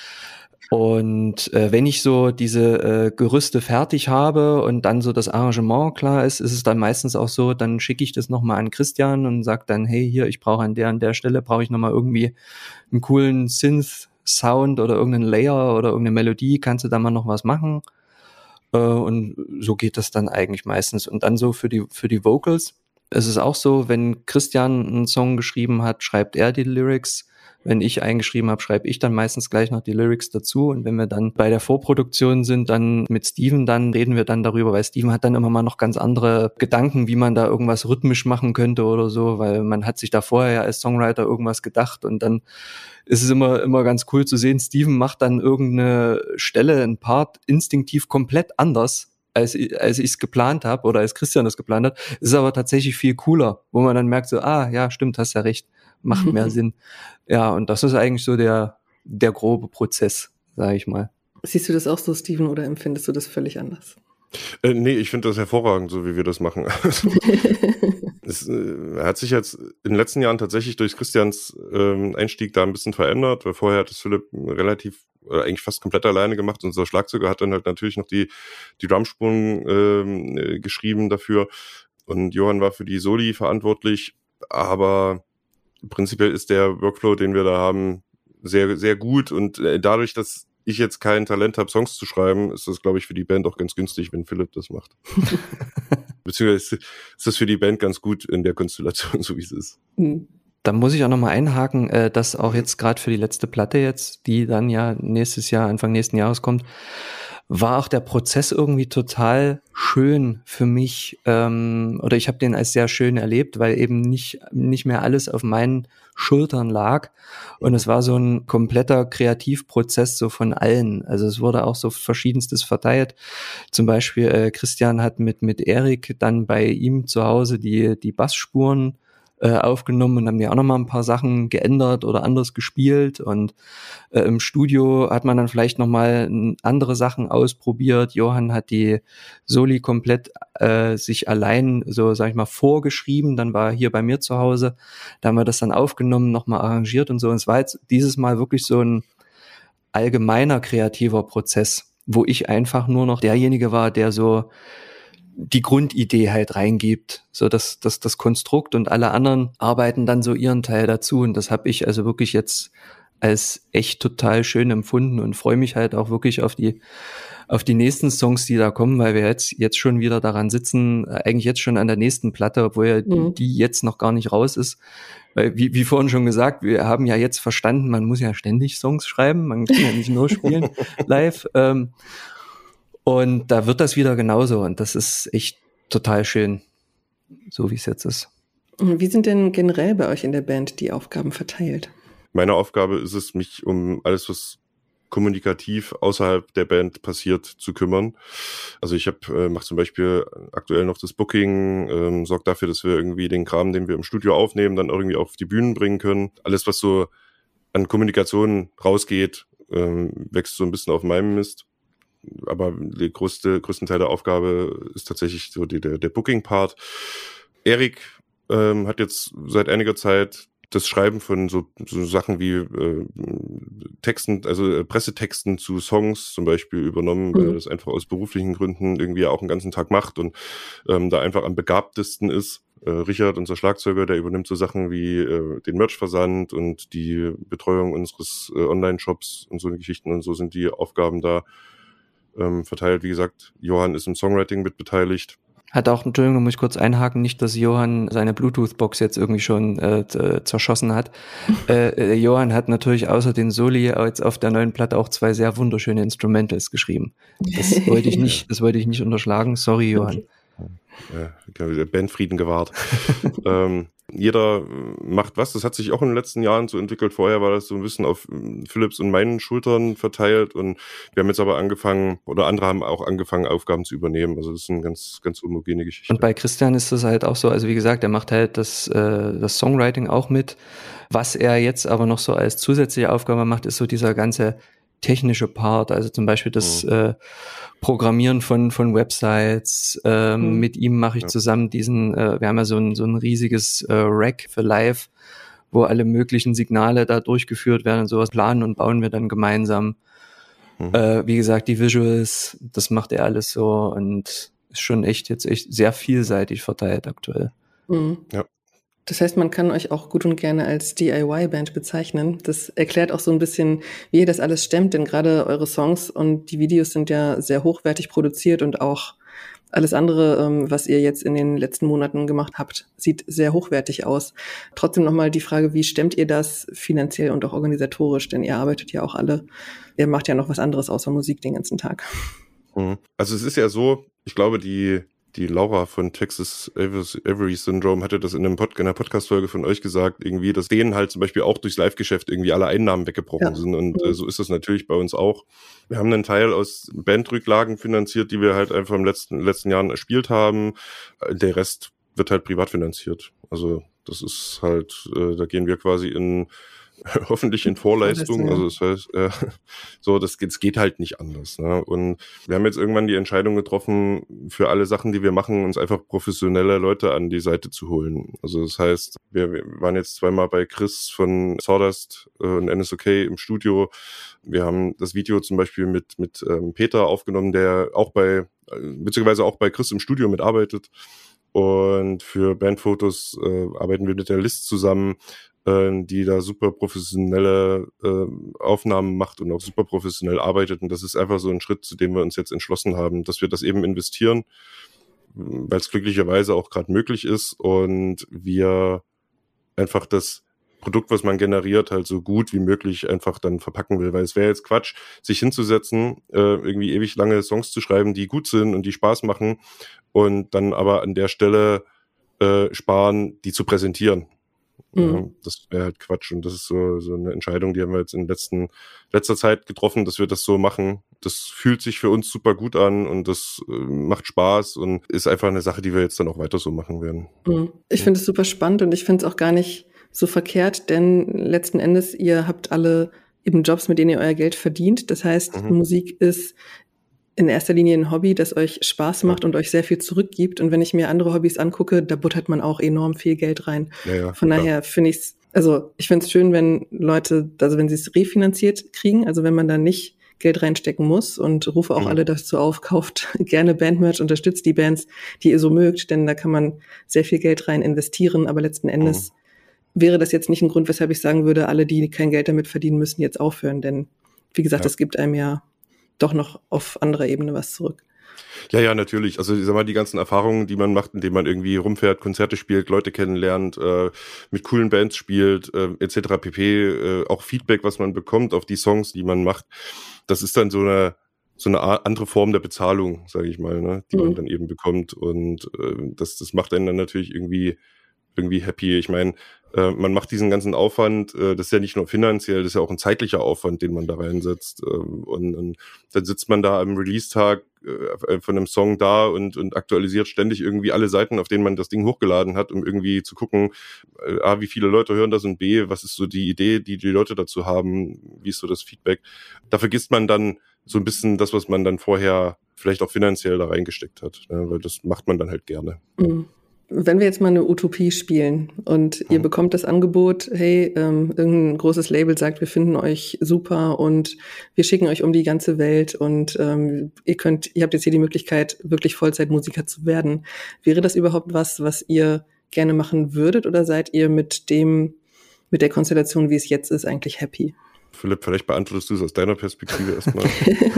Und äh, wenn ich so diese äh, Gerüste fertig habe und dann so das Arrangement klar ist, ist es dann meistens auch so, dann schicke ich das nochmal an Christian und sage dann, hey, hier, ich brauche an der an der Stelle, brauche ich nochmal irgendwie einen coolen Synth-Sound oder irgendeinen Layer oder irgendeine Melodie, kannst du da mal noch was machen? Äh, und so geht das dann eigentlich meistens. Und dann so für die für die Vocals, es ist auch so, wenn Christian einen Song geschrieben hat, schreibt er die Lyrics. Wenn ich eingeschrieben habe, schreibe ich dann meistens gleich noch die Lyrics dazu. Und wenn wir dann bei der Vorproduktion sind, dann mit Steven, dann reden wir dann darüber, weil Steven hat dann immer mal noch ganz andere Gedanken, wie man da irgendwas rhythmisch machen könnte oder so, weil man hat sich da vorher ja als Songwriter irgendwas gedacht und dann ist es immer immer ganz cool zu sehen, Steven macht dann irgendeine Stelle, einen Part instinktiv komplett anders, als, als ich es geplant habe oder als Christian das geplant hat. Es ist aber tatsächlich viel cooler, wo man dann merkt so, ah, ja, stimmt, hast ja recht. Macht mehr Sinn. Ja, und das ist eigentlich so der der grobe Prozess, sage ich mal. Siehst du das auch so, Steven, oder empfindest du das völlig anders? Äh, nee, ich finde das hervorragend, so wie wir das machen. Es äh, hat sich jetzt in den letzten Jahren tatsächlich durch Christians ähm, Einstieg da ein bisschen verändert, weil vorher hat es Philipp relativ, äh, eigentlich fast komplett alleine gemacht. Unser Schlagzeuger hat dann halt natürlich noch die die Drumspuren ähm, äh, geschrieben dafür und Johann war für die Soli verantwortlich, aber prinzipiell ist der Workflow, den wir da haben, sehr, sehr gut und dadurch, dass ich jetzt kein Talent habe, Songs zu schreiben, ist das, glaube ich, für die Band auch ganz günstig, wenn Philipp das macht. Beziehungsweise ist das für die Band ganz gut in der Konstellation, so wie es ist. Da muss ich auch nochmal einhaken, äh, dass auch jetzt gerade für die letzte Platte jetzt, die dann ja nächstes Jahr, Anfang nächsten Jahres kommt, war auch der Prozess irgendwie total schön für mich, ähm, oder ich habe den als sehr schön erlebt, weil eben nicht nicht mehr alles auf meinen Schultern lag und es war so ein kompletter Kreativprozess so von allen. Also es wurde auch so verschiedenstes verteilt. Zum Beispiel äh, Christian hat mit mit Erik dann bei ihm zu Hause die die Bassspuren äh, aufgenommen und haben die auch nochmal ein paar Sachen geändert oder anders gespielt und äh, im Studio hat man dann vielleicht nochmal andere Sachen ausprobiert. Johann hat die Soli komplett äh, sich allein so, sag ich mal, vorgeschrieben, dann war er hier bei mir zu Hause, da haben wir das dann aufgenommen, nochmal arrangiert und so und es war jetzt dieses Mal wirklich so ein allgemeiner kreativer Prozess, wo ich einfach nur noch derjenige war, der so die Grundidee halt reingibt, so dass das das Konstrukt und alle anderen arbeiten dann so ihren Teil dazu und das habe ich also wirklich jetzt als echt total schön empfunden und freue mich halt auch wirklich auf die auf die nächsten Songs, die da kommen, weil wir jetzt jetzt schon wieder daran sitzen, eigentlich jetzt schon an der nächsten Platte, obwohl ja Mhm. die jetzt noch gar nicht raus ist, weil wie wie vorhin schon gesagt, wir haben ja jetzt verstanden, man muss ja ständig Songs schreiben, man kann ja nicht nur spielen live. Ähm, Und da wird das wieder genauso und das ist echt total schön, so wie es jetzt ist. Und wie sind denn generell bei euch in der Band die Aufgaben verteilt? Meine Aufgabe ist es, mich um alles, was kommunikativ außerhalb der Band passiert, zu kümmern. Also ich habe äh, mache zum Beispiel aktuell noch das Booking, ähm, sorge dafür, dass wir irgendwie den Kram, den wir im Studio aufnehmen, dann irgendwie auf die Bühnen bringen können. Alles, was so an Kommunikation rausgeht, ähm, wächst so ein bisschen auf meinem Mist. Aber der größte, größten Teil der Aufgabe ist tatsächlich so die, der, der Booking-Part. Erik ähm, hat jetzt seit einiger Zeit das Schreiben von so, so Sachen wie äh, Texten, also äh, Pressetexten zu Songs zum Beispiel übernommen, mhm. weil er das einfach aus beruflichen Gründen irgendwie auch einen ganzen Tag macht und ähm, da einfach am begabtesten ist. Äh, Richard, unser Schlagzeuger, der übernimmt so Sachen wie äh, den Merch-Versand und die Betreuung unseres äh, Online-Shops und so eine Geschichten und so sind die Aufgaben da ähm, verteilt. Wie gesagt, Johann ist im Songwriting mit beteiligt. Hat auch, Entschuldigung, muss ich kurz einhaken, nicht, dass Johann seine Bluetooth-Box jetzt irgendwie schon äh, zerschossen hat. äh, Johann hat natürlich außer den Soli jetzt auf der neuen Platte auch zwei sehr wunderschöne Instrumentals geschrieben. Das wollte ich nicht, das wollte ich nicht unterschlagen. Sorry, Johann. Ja, Bandfrieden gewahrt. ähm, jeder macht was. Das hat sich auch in den letzten Jahren so entwickelt. Vorher war das so ein bisschen auf Philips und meinen Schultern verteilt und wir haben jetzt aber angefangen, oder andere haben auch angefangen, Aufgaben zu übernehmen. Also das ist eine ganz, ganz homogene Geschichte. Und bei Christian ist das halt auch so, also wie gesagt, er macht halt das, äh, das Songwriting auch mit. Was er jetzt aber noch so als zusätzliche Aufgabe macht, ist so dieser ganze technische Part, also zum Beispiel das mhm. äh, Programmieren von von Websites. Ähm, mhm. Mit ihm mache ich ja. zusammen diesen, äh, wir haben ja so ein so ein riesiges äh, Rack für Live, wo alle möglichen Signale da durchgeführt werden und sowas planen und bauen wir dann gemeinsam. Mhm. Äh, wie gesagt, die Visuals, das macht er alles so und ist schon echt jetzt echt sehr vielseitig verteilt aktuell. Mhm. Ja. Das heißt, man kann euch auch gut und gerne als D I Y-Band bezeichnen. Das erklärt auch so ein bisschen, wie ihr das alles stemmt, denn gerade eure Songs und die Videos sind ja sehr hochwertig produziert und auch alles andere, was ihr jetzt in den letzten Monaten gemacht habt, sieht sehr hochwertig aus. Trotzdem nochmal die Frage, wie stemmt ihr das finanziell und auch organisatorisch? Denn ihr arbeitet ja auch alle, ihr macht ja noch was anderes außer Musik den ganzen Tag. Also es ist ja so, ich glaube, die Die Laura von Texas Avery Syndrome hatte das in, einem Pod- in einer Podcast-Folge von euch gesagt, irgendwie, dass denen halt zum Beispiel auch durchs Live-Geschäft irgendwie alle Einnahmen weggebrochen ja. sind. Und äh, so ist das natürlich bei uns auch. Wir haben einen Teil aus Bandrücklagen finanziert, die wir halt einfach im letzten letzten Jahren erspielt haben. Der Rest wird halt privat finanziert. Also das ist halt, äh, da gehen wir quasi in hoffentlich in Vorleistung, also das heißt, äh, so, das geht, das geht halt nicht anders, ne? Und wir haben jetzt irgendwann die Entscheidung getroffen, für alle Sachen, die wir machen, uns einfach professionelle Leute an die Seite zu holen. Also das heißt, wir, wir waren jetzt zweimal bei Chris von Sawdust äh, und N S O K im Studio. Wir haben das Video zum Beispiel mit mit ähm, Peter aufgenommen, der auch bei, äh, beziehungsweise auch bei Chris im Studio mitarbeitet. Und für Bandfotos äh, arbeiten wir mit der List zusammen, die da super professionelle äh, Aufnahmen macht und auch super professionell arbeitet. Und das ist einfach so ein Schritt, zu dem wir uns jetzt entschlossen haben, dass wir das eben investieren, weil es glücklicherweise auch gerade möglich ist und wir einfach das Produkt, was man generiert, halt so gut wie möglich einfach dann verpacken will. Weil es wäre jetzt Quatsch, sich hinzusetzen, äh, irgendwie ewig lange Songs zu schreiben, die gut sind und die Spaß machen und dann aber an der Stelle äh, sparen, die zu präsentieren. Mhm. Ja, das wäre halt Quatsch. Und das ist so, so eine Entscheidung, die haben wir jetzt in letzten, letzter Zeit getroffen, dass wir das so machen. Das fühlt sich für uns super gut an und das äh, macht Spaß und ist einfach eine Sache, die wir jetzt dann auch weiter so machen werden. Mhm. Ich finde es super spannend und ich finde es auch gar nicht so verkehrt, denn letzten Endes, ihr habt alle eben Jobs, mit denen ihr euer Geld verdient. Das heißt, mhm. Musik ist in erster Linie ein Hobby, das euch Spaß macht ja. und euch sehr viel zurückgibt. Und wenn ich mir andere Hobbys angucke, da buttert man auch enorm viel Geld rein. Ja, ja, Von daher finde ich es, also ich finde es schön, wenn Leute, also wenn sie es refinanziert kriegen, also wenn man da nicht Geld reinstecken muss und rufe auch mhm. alle dazu auf, kauft gerne Bandmerch, unterstützt die Bands, die ihr so mögt, denn da kann man sehr viel Geld rein investieren, aber letzten Endes mhm. wäre das jetzt nicht ein Grund, weshalb ich sagen würde, alle, die kein Geld damit verdienen, müssen jetzt aufhören, denn wie gesagt, es ja. gibt einem ja doch noch auf anderer Ebene was zurück. Ja, ja, natürlich. Also ich sag mal, die ganzen Erfahrungen, die man macht, indem man irgendwie rumfährt, Konzerte spielt, Leute kennenlernt, äh, mit coolen Bands spielt, äh, et cetera pp. Äh, auch Feedback, was man bekommt auf die Songs, die man macht, das ist dann so eine so eine andere Form der Bezahlung, sage ich mal, ne, die mhm. man dann eben bekommt. Und äh, das das macht einen dann natürlich irgendwie irgendwie happy. Ich meine, äh, man macht diesen ganzen Aufwand, äh, das ist ja nicht nur finanziell, das ist ja auch ein zeitlicher Aufwand, den man da reinsetzt. Äh, und, und dann sitzt man da am Release-Tag äh, von einem Song da und, und aktualisiert ständig irgendwie alle Seiten, auf denen man das Ding hochgeladen hat, um irgendwie zu gucken, äh, A, wie viele Leute hören das und B, was ist so die Idee, die die Leute dazu haben, wie ist so das Feedback. Da vergisst man dann so ein bisschen das, was man dann vorher vielleicht auch finanziell da reingesteckt hat, ne? Weil das macht man dann halt gerne. Mhm. Wenn wir jetzt mal eine Utopie spielen und ihr mhm. bekommt das Angebot, hey, ähm, irgendein großes Label sagt, wir finden euch super und wir schicken euch um die ganze Welt und ähm, ihr könnt, ihr habt jetzt hier die Möglichkeit, wirklich Vollzeitmusiker zu werden. Wäre das überhaupt was, was ihr gerne machen würdet oder seid ihr mit dem, mit der Konstellation, wie es jetzt ist, eigentlich happy? Philipp, vielleicht beantwortest du es aus deiner Perspektive erstmal.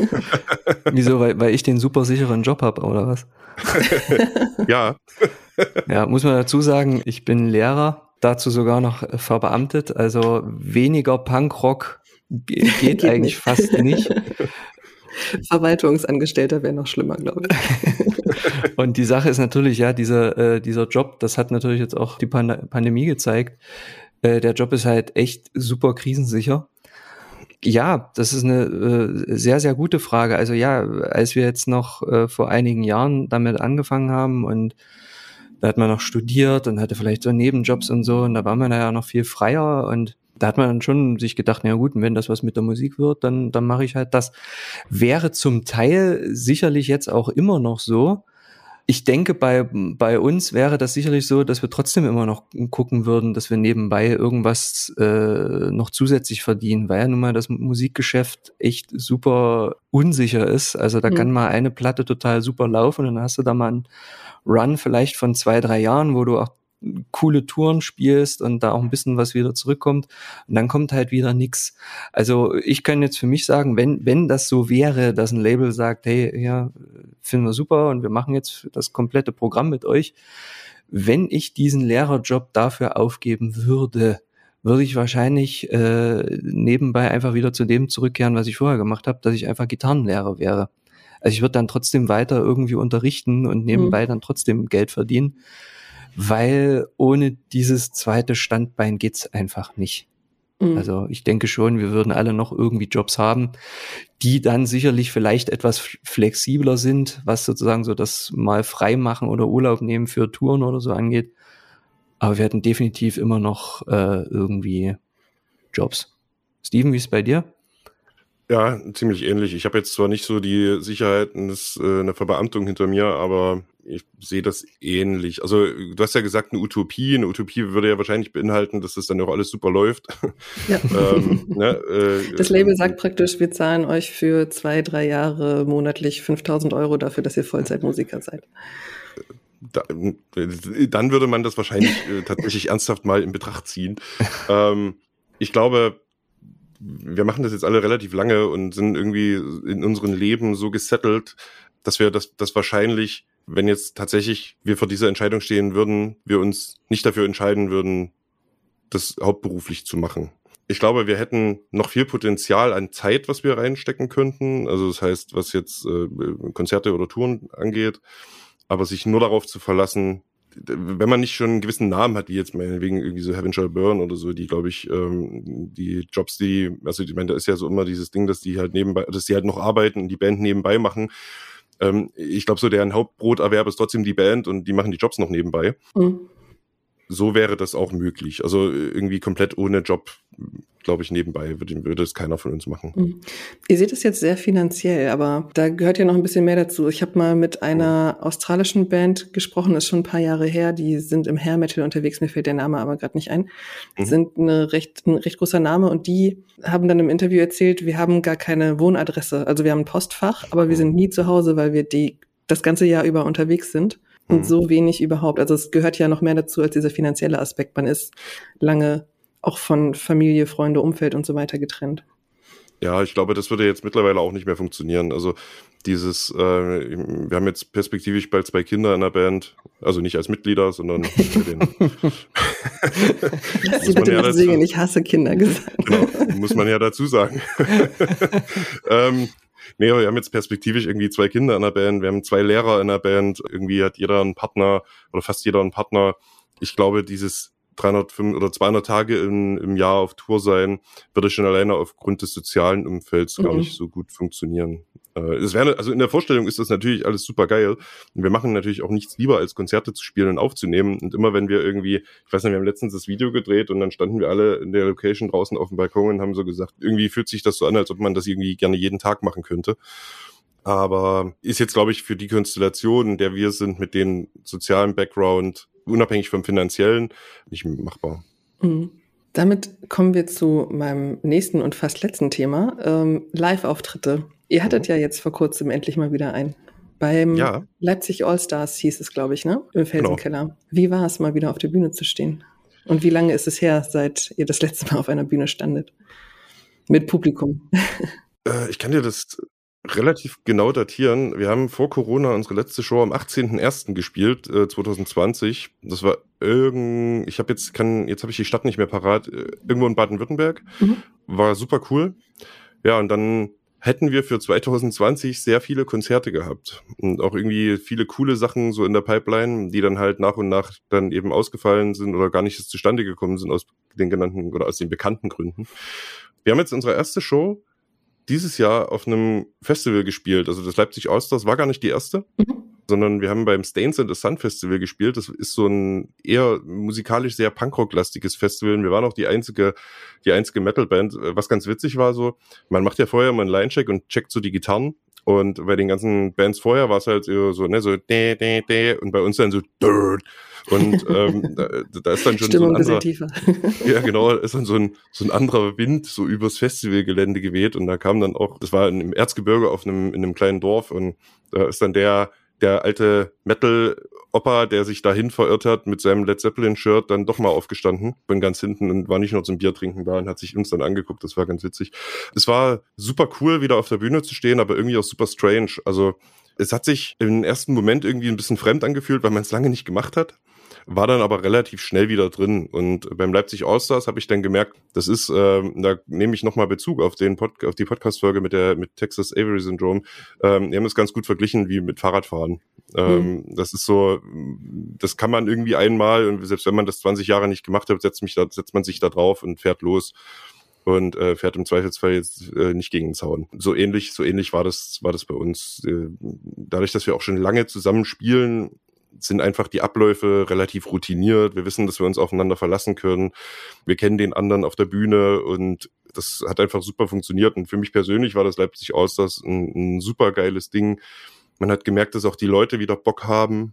Wieso? Weil, weil ich den super sicheren Job habe, oder was? Ja. Ja, muss man dazu sagen, ich bin Lehrer, dazu sogar noch verbeamtet, also weniger Punkrock geht, geht eigentlich nicht. Fast nicht. Verwaltungsangestellter wäre noch schlimmer, glaube ich. Und die Sache ist natürlich, ja, dieser, äh, dieser Job, das hat natürlich jetzt auch die Pand- Pandemie gezeigt, äh, der Job ist halt echt super krisensicher. Ja, das ist eine äh, sehr, sehr gute Frage. Also ja, als wir jetzt noch äh, vor einigen Jahren damit angefangen haben und da hat man noch studiert und hatte vielleicht so Nebenjobs und so und da war man ja noch viel freier und da hat man dann schon sich gedacht, na gut, wenn das was mit der Musik wird, dann, dann mache ich halt das. Wäre zum Teil sicherlich jetzt auch immer noch so. Ich denke, bei, bei uns wäre das sicherlich so, dass wir trotzdem immer noch gucken würden, dass wir nebenbei irgendwas äh, noch zusätzlich verdienen, weil ja nun mal das Musikgeschäft echt super unsicher ist. Also da mhm. kann mal eine Platte total super laufen und dann hast du da mal einen Run vielleicht von zwei, drei Jahren, wo du auch coole Touren spielst und da auch ein bisschen was wieder zurückkommt und dann kommt halt wieder nix. Also ich kann jetzt für mich sagen, wenn wenn das so wäre, dass ein Label sagt, hey, ja, finden wir super und wir machen jetzt das komplette Programm mit euch, wenn ich diesen Lehrerjob dafür aufgeben würde, würde ich wahrscheinlich äh, nebenbei einfach wieder zu dem zurückkehren, was ich vorher gemacht habe, dass ich einfach Gitarrenlehrer wäre. Also ich würde dann trotzdem weiter irgendwie unterrichten und nebenbei mhm. dann trotzdem Geld verdienen, weil ohne dieses zweite Standbein geht's einfach nicht. Mhm. Also ich denke schon, wir würden alle noch irgendwie Jobs haben, die dann sicherlich vielleicht etwas flexibler sind, was sozusagen so das mal frei machen oder Urlaub nehmen für Touren oder so angeht. Aber wir hätten definitiv immer noch äh, irgendwie Jobs. Steven, wie ist es bei dir? Ja, ziemlich ähnlich. Ich habe jetzt zwar nicht so die Sicherheit eines, äh, einer Verbeamtung hinter mir, aber ich sehe das ähnlich. Also du hast ja gesagt, eine Utopie. Eine Utopie würde ja wahrscheinlich beinhalten, dass das dann auch alles super läuft. Ja. ähm, ne, äh, das Label äh, sagt praktisch, wir zahlen euch für zwei, drei Jahre monatlich fünftausend Euro dafür, dass ihr Vollzeitmusiker seid. Da, dann würde man das wahrscheinlich äh, tatsächlich ernsthaft mal in Betracht ziehen. Ähm, ich glaube, wir machen das jetzt alle relativ lange und sind irgendwie in unserem Leben so gesettelt, dass wir das, das wahrscheinlich, wenn jetzt tatsächlich wir vor dieser Entscheidung stehen würden, wir uns nicht dafür entscheiden würden, das hauptberuflich zu machen. Ich glaube, wir hätten noch viel Potenzial an Zeit, was wir reinstecken könnten. Also das heißt, was jetzt äh, Konzerte oder Touren angeht. Aber sich nur darauf zu verlassen, wenn man nicht schon einen gewissen Namen hat, wie jetzt meinetwegen irgendwie so Heaven Shall Burn oder so, die, glaube ich, ähm, die Jobs, die, also ich meine, da ist ja so immer dieses Ding, dass die halt nebenbei, dass die halt noch arbeiten und die Band nebenbei machen. Ähm, ich glaube, so deren Hauptbroterwerb ist trotzdem die Band und die machen die Jobs noch nebenbei. Mhm. So wäre das auch möglich. Also irgendwie komplett ohne Job, glaube ich, nebenbei würde, würde es keiner von uns machen. Mhm. Ihr seht es jetzt sehr finanziell, aber da gehört ja noch ein bisschen mehr dazu. Ich habe mal mit einer australischen Band gesprochen, ist schon ein paar Jahre her, die sind im Hair Metal unterwegs, mir fällt der Name aber gerade nicht ein, mhm. sind eine recht, ein recht großer Name und die haben dann im Interview erzählt, wir haben gar keine Wohnadresse, also wir haben ein Postfach, aber wir sind nie zu Hause, weil wir die das ganze Jahr über unterwegs sind. Und so wenig überhaupt. Also es gehört ja noch mehr dazu als dieser finanzielle Aspekt. Man ist lange auch von Familie, Freunde, Umfeld und so weiter getrennt. Ja, ich glaube, das würde jetzt mittlerweile auch nicht mehr funktionieren. Also dieses, äh, wir haben jetzt perspektivisch bald zwei Kinder in der Band, also nicht als Mitglieder, sondern bei den. Lass sie bitte nicht singen, ich hasse Kinder gesagt. Genau, muss man ja dazu sagen. ähm, Nee, wir haben jetzt perspektivisch irgendwie zwei Kinder in der Band, wir haben zwei Lehrer in der Band, irgendwie hat jeder einen Partner oder fast jeder einen Partner. Ich glaube, dieses dreihundertfünf oder zweihundert Tage im, im Jahr auf Tour sein, würde schon alleine aufgrund des sozialen Umfelds mhm. gar nicht so gut funktionieren. Es wäre, also in der Vorstellung ist das natürlich alles super geil. Und wir machen natürlich auch nichts lieber, als Konzerte zu spielen und aufzunehmen. Und immer wenn wir irgendwie, ich weiß nicht, wir haben letztens das Video gedreht und dann standen wir alle in der Location draußen auf dem Balkon und haben so gesagt, irgendwie fühlt sich das so an, als ob man das irgendwie gerne jeden Tag machen könnte. Aber ist jetzt, glaube ich, für die Konstellation, in der wir sind, mit dem sozialen Background, unabhängig vom finanziellen, nicht machbar. Mhm. Damit kommen wir zu meinem nächsten und fast letzten Thema, ähm, Live-Auftritte. Ihr hattet mhm. ja jetzt vor kurzem endlich mal wieder einen. Beim ja. Leipzig All-Stars hieß es, glaube ich, ne? Im Felsenkeller. Genau. Wie war es, mal wieder auf der Bühne zu stehen? Und wie lange ist es her, seit ihr das letzte Mal auf einer Bühne standet? Mit Publikum. Äh, ich kann dir das relativ genau datieren. Wir haben vor Corona unsere letzte Show am achtzehnten ersten gespielt, äh, zwanzig zwanzig. Das war irgend, ich habe jetzt, kann, jetzt habe ich die Stadt nicht mehr parat, irgendwo in Baden-Württemberg. Mhm. War super cool. Ja, und dann hätten wir für zwanzig zwanzig sehr viele Konzerte gehabt und auch irgendwie viele coole Sachen so in der Pipeline, die dann halt nach und nach dann eben ausgefallen sind oder gar nicht zustande gekommen sind aus den genannten oder aus den bekannten Gründen. Wir haben jetzt unsere erste Show dieses Jahr auf einem Festival gespielt. Also das Leipzig All-Stars war gar nicht die erste, mhm. sondern wir haben beim Stains in the Sun Festival gespielt. Das ist so ein eher musikalisch sehr Punkrock-lastiges Festival. Wir waren auch die einzige, die einzige Metal-Band. Was ganz witzig war so, man macht ja vorher mal einen Line-Check und checkt so die Gitarren. Und bei den ganzen Bands vorher war es halt so, ne, so dä, dä, dä, und bei uns dann so dörr. Und ähm, da, da ist dann schon Stimmung so ein anderer, tiefer. Ja, genau, da ist dann so ein so ein anderer Wind so übers Festivalgelände geweht und da kam dann auch, das war im Erzgebirge auf einem in einem kleinen Dorf und da ist dann der der alte Metal-Opa, der sich dahin verirrt hat mit seinem Led Zeppelin-Shirt, dann doch mal aufgestanden, bin ganz hinten und war nicht nur zum Bier trinken da und hat sich uns dann angeguckt, das war ganz witzig. Es war super cool, wieder auf der Bühne zu stehen, aber irgendwie auch super strange. Also es hat sich im ersten Moment irgendwie ein bisschen fremd angefühlt, weil man es lange nicht gemacht hat. War dann aber relativ schnell wieder drin. Und beim Leipzig All-Stars habe ich dann gemerkt, das ist, ähm, da nehme ich nochmal Bezug auf den Pod- auf die Podcast-Folge mit der mit Texas Avery Syndrome. Ähm, die haben das ganz gut verglichen wie mit Fahrradfahren. Ähm, mhm. Das ist so, das kann man irgendwie einmal, und selbst wenn man das zwanzig Jahre nicht gemacht hat, setzt, mich da, setzt man sich da drauf und fährt los. Und äh, fährt im Zweifelsfall jetzt äh, nicht gegen den Zaun. So ähnlich, so ähnlich war das, war das bei uns. Äh, dadurch, dass wir auch schon lange zusammen spielen, sind einfach die Abläufe relativ routiniert. Wir wissen, dass wir uns aufeinander verlassen können. Wir kennen den anderen auf der Bühne und das hat einfach super funktioniert. Und für mich persönlich war das Leipzig All-Stars ein, ein super geiles Ding. Man hat gemerkt, dass auch die Leute wieder Bock haben.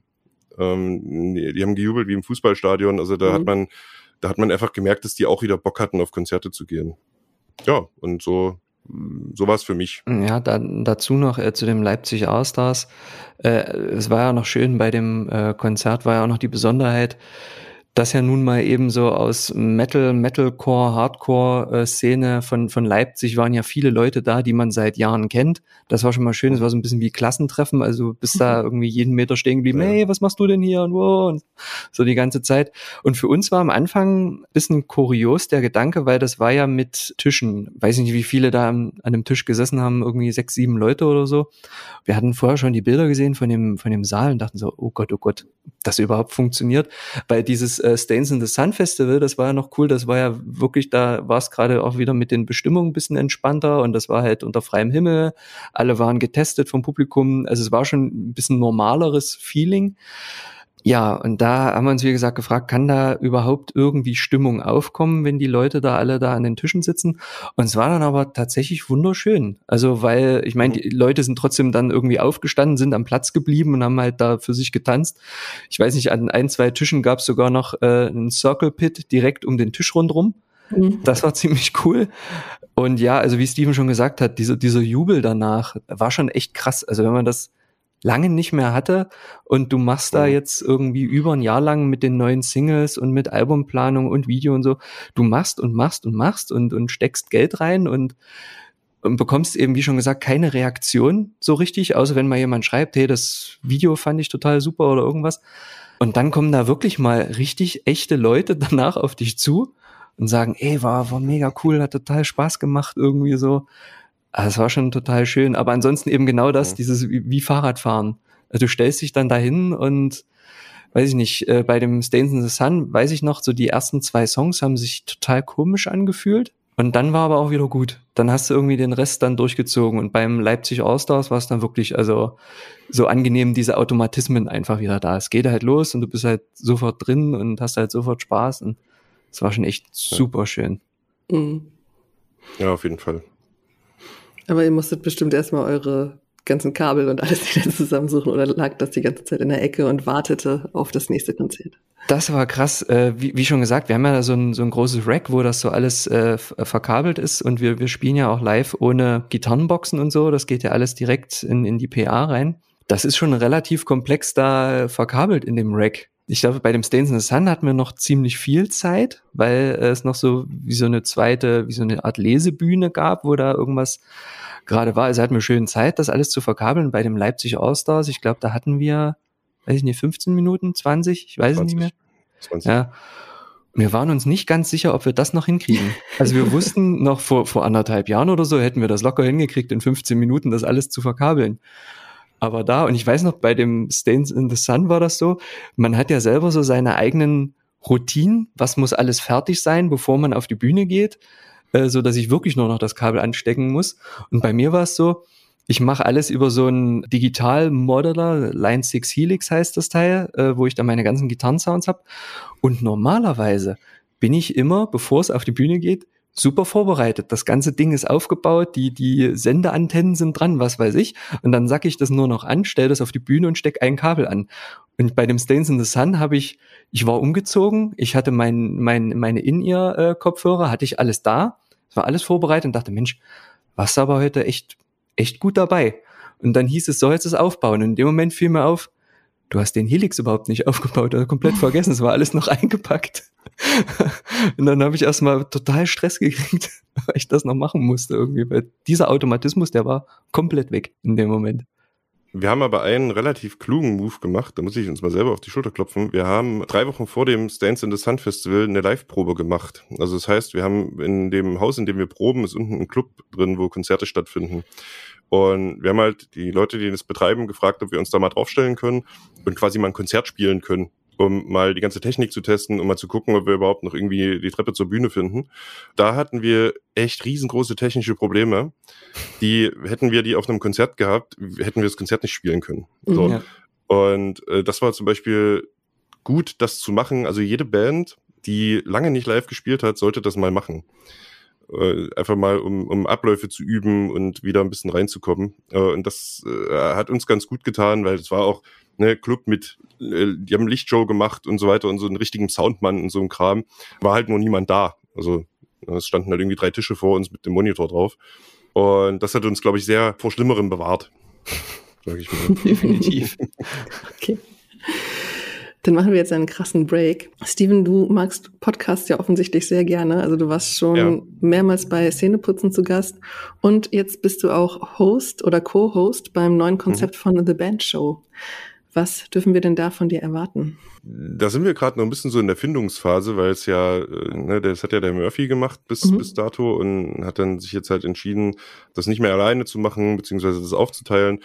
Ähm, die, die haben gejubelt wie im Fußballstadion. Also da mhm. hat man, da hat man einfach gemerkt, dass die auch wieder Bock hatten, auf Konzerte zu gehen. Ja, und so So war es für mich. Ja, da, dazu noch äh, zu dem Leipzig All-Stars. Äh, es war ja noch schön, bei dem äh, Konzert war ja auch noch die Besonderheit, das ja nun mal eben so aus Metal, Metalcore, Hardcore-Szene von, von Leipzig waren ja viele Leute da, die man seit Jahren kennt. Das war schon mal schön, es war so ein bisschen wie Klassentreffen, also bist da irgendwie jeden Meter stehen geblieben, Ja. hey, was machst du denn hier und wo und so die ganze Zeit. Und für uns war am Anfang ein bisschen kurios der Gedanke, weil das war ja mit Tischen, weiß nicht, wie viele da an einem Tisch gesessen haben, irgendwie sechs, sieben Leute oder so. Wir hatten vorher schon die Bilder gesehen von dem, von dem Saal und dachten so, oh Gott, oh Gott, das überhaupt funktioniert, weil dieses äh, Stains in the Sun Festival, das war ja noch cool, das war ja wirklich, da war es gerade auch wieder mit den Bestimmungen ein bisschen entspannter und das war halt unter freiem Himmel, alle waren getestet vom Publikum, also es war schon ein bisschen normaleres Feeling. Ja, und da haben wir uns, wie gesagt, gefragt, kann da überhaupt irgendwie Stimmung aufkommen, wenn die Leute da alle da an den Tischen sitzen? Und es war dann aber tatsächlich wunderschön. Also, weil, ich meine, die Leute sind trotzdem dann irgendwie aufgestanden, sind am Platz geblieben und haben halt da für sich getanzt. Ich weiß nicht, an ein, zwei Tischen gab es sogar noch äh, einen Circle Pit direkt um den Tisch rundherum. Mhm. Das war ziemlich cool. Und ja, also wie Steven schon gesagt hat, dieser, dieser Jubel danach war schon echt krass. Also wenn man das lange nicht mehr hatte und du machst da jetzt irgendwie über ein Jahr lang mit den neuen Singles und mit Albumplanung und Video und so, du machst und machst und machst und, und steckst Geld rein und, und bekommst eben, wie schon gesagt, keine Reaktion so richtig, außer wenn mal jemand schreibt, hey, das Video fand ich total super oder irgendwas. Und dann kommen da wirklich mal richtig echte Leute danach auf dich zu und sagen, ey, war, war mega cool, hat total Spaß gemacht, irgendwie so. Also es war schon total schön, aber ansonsten eben genau das, ja. dieses wie, wie Fahrradfahren. Also du stellst dich dann dahin und, weiß ich nicht, äh, bei dem Stains in the Sun, weiß ich noch, so die ersten zwei Songs haben sich total komisch angefühlt und dann war aber auch wieder gut. Dann hast du irgendwie den Rest dann durchgezogen und beim Leipzig Allstars war es dann wirklich, also so angenehm, diese Automatismen einfach wieder da. Es geht halt los und du bist halt sofort drin und hast halt sofort Spaß und es war schon echt super schön. Mhm. Ja, auf jeden Fall. Aber ihr musstet bestimmt erstmal eure ganzen Kabel und alles wieder zusammensuchen oder lag das die ganze Zeit in der Ecke und wartete auf das nächste Konzert? Das war krass. Äh, wie, wie schon gesagt, wir haben ja da so ein, so ein großes Rack, wo das so alles äh, verkabelt ist und wir, wir spielen ja auch live ohne Gitarrenboxen und so. Das geht ja alles direkt in, in die P A rein. Das ist schon relativ komplex da verkabelt in dem Rack. Ich glaube, bei dem Stains in the Sun hatten wir noch ziemlich viel Zeit, weil es noch so wie so eine zweite, wie so eine Art Lesebühne gab, wo da irgendwas gerade war. Also hatten wir schön Zeit, das alles zu verkabeln. Bei dem Leipzig Allstars, ich glaube, da hatten wir, weiß ich nicht, fünfzehn Minuten, zwanzig, ich weiß es nicht mehr. zwanzig. Ja. Und wir waren uns nicht ganz sicher, ob wir das noch hinkriegen. Also wir wussten noch vor, vor anderthalb Jahren oder so, hätten wir das locker hingekriegt, in fünfzehn Minuten das alles zu verkabeln. Aber da, und ich weiß noch, bei dem Stains in the Sun war das so, man hat ja selber so seine eigenen Routinen, was muss alles fertig sein, bevor man auf die Bühne geht, äh, so dass ich wirklich nur noch das Kabel anstecken muss. Und bei mir war es so, ich mache alles über so einen Digital-Modeler, Line six Helix heißt das Teil, äh, wo ich dann meine ganzen Gitarrensounds habe. Und normalerweise bin ich immer, bevor es auf die Bühne geht, super vorbereitet. Das ganze Ding ist aufgebaut, die die Sendeantennen sind dran, was weiß ich. Und dann sacke ich das nur noch an, stelle das auf die Bühne und stecke ein Kabel an. Und bei dem Stains in the Sun habe ich, ich war umgezogen, ich hatte mein, mein, meine In-Ear-Kopfhörer, hatte ich alles da. Es war alles vorbereitet und dachte, Mensch, warst du aber heute echt, echt gut dabei. Und dann hieß es, so jetzt es aufbauen. Und in dem Moment fiel mir auf, du hast den Helix überhaupt nicht aufgebaut, also komplett vergessen, es war alles noch eingepackt. Und dann habe ich erstmal total Stress gekriegt, weil ich das noch machen musste irgendwie, weil dieser Automatismus, der war komplett weg in dem Moment. Wir haben aber einen relativ klugen Move gemacht, da muss ich uns mal selber auf die Schulter klopfen. Wir haben drei Wochen vor dem Stains in the Sun Festival eine Live-Probe gemacht. Also das heißt, wir haben in dem Haus, in dem wir proben, ist unten ein Club drin, wo Konzerte stattfinden. Und wir haben halt die Leute, die das betreiben, gefragt, ob wir uns da mal draufstellen können und quasi mal ein Konzert spielen können, um mal die ganze Technik zu testen, um mal zu gucken, ob wir überhaupt noch irgendwie die Treppe zur Bühne finden. Da hatten wir echt riesengroße technische Probleme. Die hätten wir die auf einem Konzert gehabt, hätten wir das Konzert nicht spielen können. So. Ja. Und äh, das war zum Beispiel gut, das zu machen. Also jede Band, die lange nicht live gespielt hat, sollte das mal machen. Äh, einfach mal, um, um Abläufe zu üben und wieder ein bisschen reinzukommen. Äh, und das äh, hat uns ganz gut getan, weil es war auch ne Club mit, äh, die haben Lichtshow gemacht und so weiter und so einen richtigen Soundmann und so ein Kram. War halt nur niemand da. Also es standen halt irgendwie drei Tische vor uns mit dem Monitor drauf. Und das hat uns, glaube ich, sehr vor Schlimmerem bewahrt. Sag ich mal. Definitiv. Okay. Dann machen wir jetzt einen krassen Break. Steven, du magst Podcasts ja offensichtlich sehr gerne. Also du warst schon ja. mehrmals bei Szeneputzen zu Gast. Und jetzt bist du auch Host oder Co-Host beim neuen Konzept mhm. von The Band Show. Was dürfen wir denn da von dir erwarten? Da sind wir gerade noch ein bisschen so in der Findungsphase, weil es ja, ne, das hat ja der Murphy gemacht bis mhm. bis dato und hat dann sich jetzt halt entschieden, das nicht mehr alleine zu machen, beziehungsweise das aufzuteilen.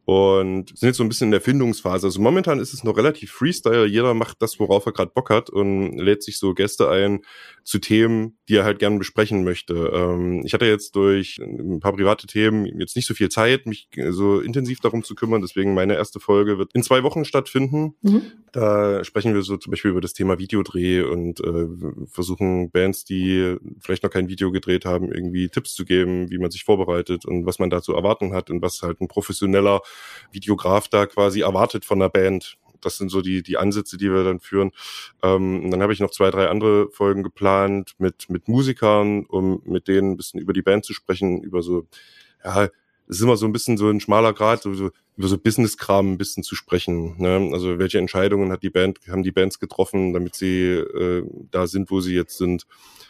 Und sind jetzt so ein bisschen in der Findungsphase. Also momentan ist es noch relativ Freestyle. Jeder macht das, worauf er gerade Bock hat und lädt sich so Gäste ein zu Themen, die er halt gerne besprechen möchte. Ähm, ich hatte jetzt durch ein paar private Themen jetzt nicht so viel Zeit, mich so intensiv darum zu kümmern. Deswegen meine erste Folge wird in zwei Wochen stattfinden. Mhm. Da sprechen wir so zum Beispiel über das Thema Videodreh und äh, versuchen Bands, die vielleicht noch kein Video gedreht haben, irgendwie Tipps zu geben, wie man sich vorbereitet und was man da zu erwarten hat und was halt ein professioneller Videograf da quasi erwartet von der Band. Das sind so die die Ansätze, die wir dann führen. Ähm, und dann habe ich noch zwei, drei andere Folgen geplant mit mit Musikern, um mit denen ein bisschen über die Band zu sprechen, über so, ja, es ist immer so ein bisschen so ein schmaler Grad, so, so über so Business-Kram ein bisschen zu sprechen. Ne? Also welche Entscheidungen hat die Band, haben die Bands getroffen, damit sie äh, da sind, wo sie jetzt sind.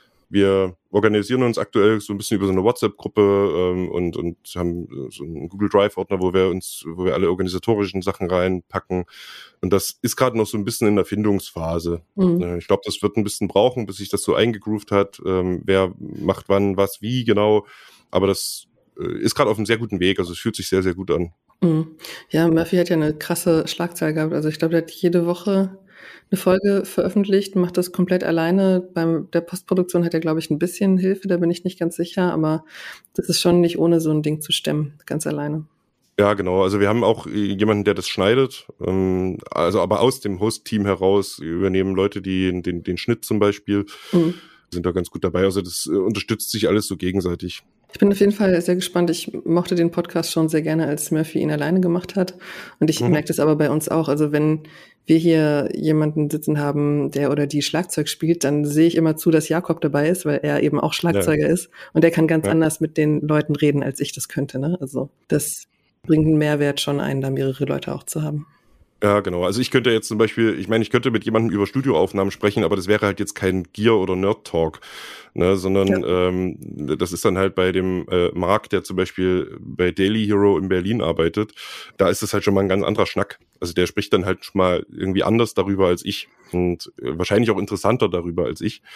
Wir organisieren uns aktuell so ein bisschen über so eine WhatsApp-Gruppe ähm, und und haben so einen Google Drive-Ordner, wo wir uns, wo wir alle organisatorischen Sachen reinpacken. Und das ist gerade noch so ein bisschen in der Findungsphase. Mhm. Äh, ich glaube, das wird ein bisschen brauchen, bis sich das so eingegroovt hat. Ähm, wer macht wann, was, wie genau. Aber das äh, ist gerade auf einem sehr guten Weg. Also es fühlt sich sehr, sehr gut an. Mhm. Ja, Murphy hat ja eine krasse Schlagzahl gehabt. Also ich glaube, der hat jede Woche eine Folge veröffentlicht, macht das komplett alleine. Beim der Postproduktion hat er, glaube ich, ein bisschen Hilfe, da bin ich nicht ganz sicher, aber das ist schon nicht ohne so ein Ding zu stemmen, ganz alleine. Ja, genau. Also wir haben auch jemanden, der das schneidet. Ähm, also aber aus dem Host-Team heraus übernehmen Leute, die den, den Schnitt zum Beispiel, mhm. sind da ganz gut dabei. Also das äh, unterstützt sich alles so gegenseitig. Ich bin auf jeden Fall sehr gespannt. Ich mochte den Podcast schon sehr gerne, als Murphy ihn alleine gemacht hat. Und ich mhm. merke das aber bei uns auch. Also wenn wir hier jemanden sitzen haben, der oder die Schlagzeug spielt, dann sehe ich immer zu, dass Jakob dabei ist, weil er eben auch Schlagzeuger ja. ist. Und der kann ganz ja. anders mit den Leuten reden, als ich das könnte. Ne? Also das bringt einen Mehrwert schon ein, da mehrere Leute auch zu haben. Ja, genau. Also ich könnte jetzt zum Beispiel, ich meine, ich könnte mit jemandem über Studioaufnahmen sprechen, aber das wäre halt jetzt kein Gear- oder Nerd-Talk, ne, sondern ja. ähm, das ist dann halt bei dem äh, Marc, der zum Beispiel bei Daily Hero in Berlin arbeitet, da ist das halt schon mal ein ganz anderer Schnack. Also der spricht dann halt schon mal irgendwie anders darüber als ich und äh, wahrscheinlich auch interessanter darüber als ich.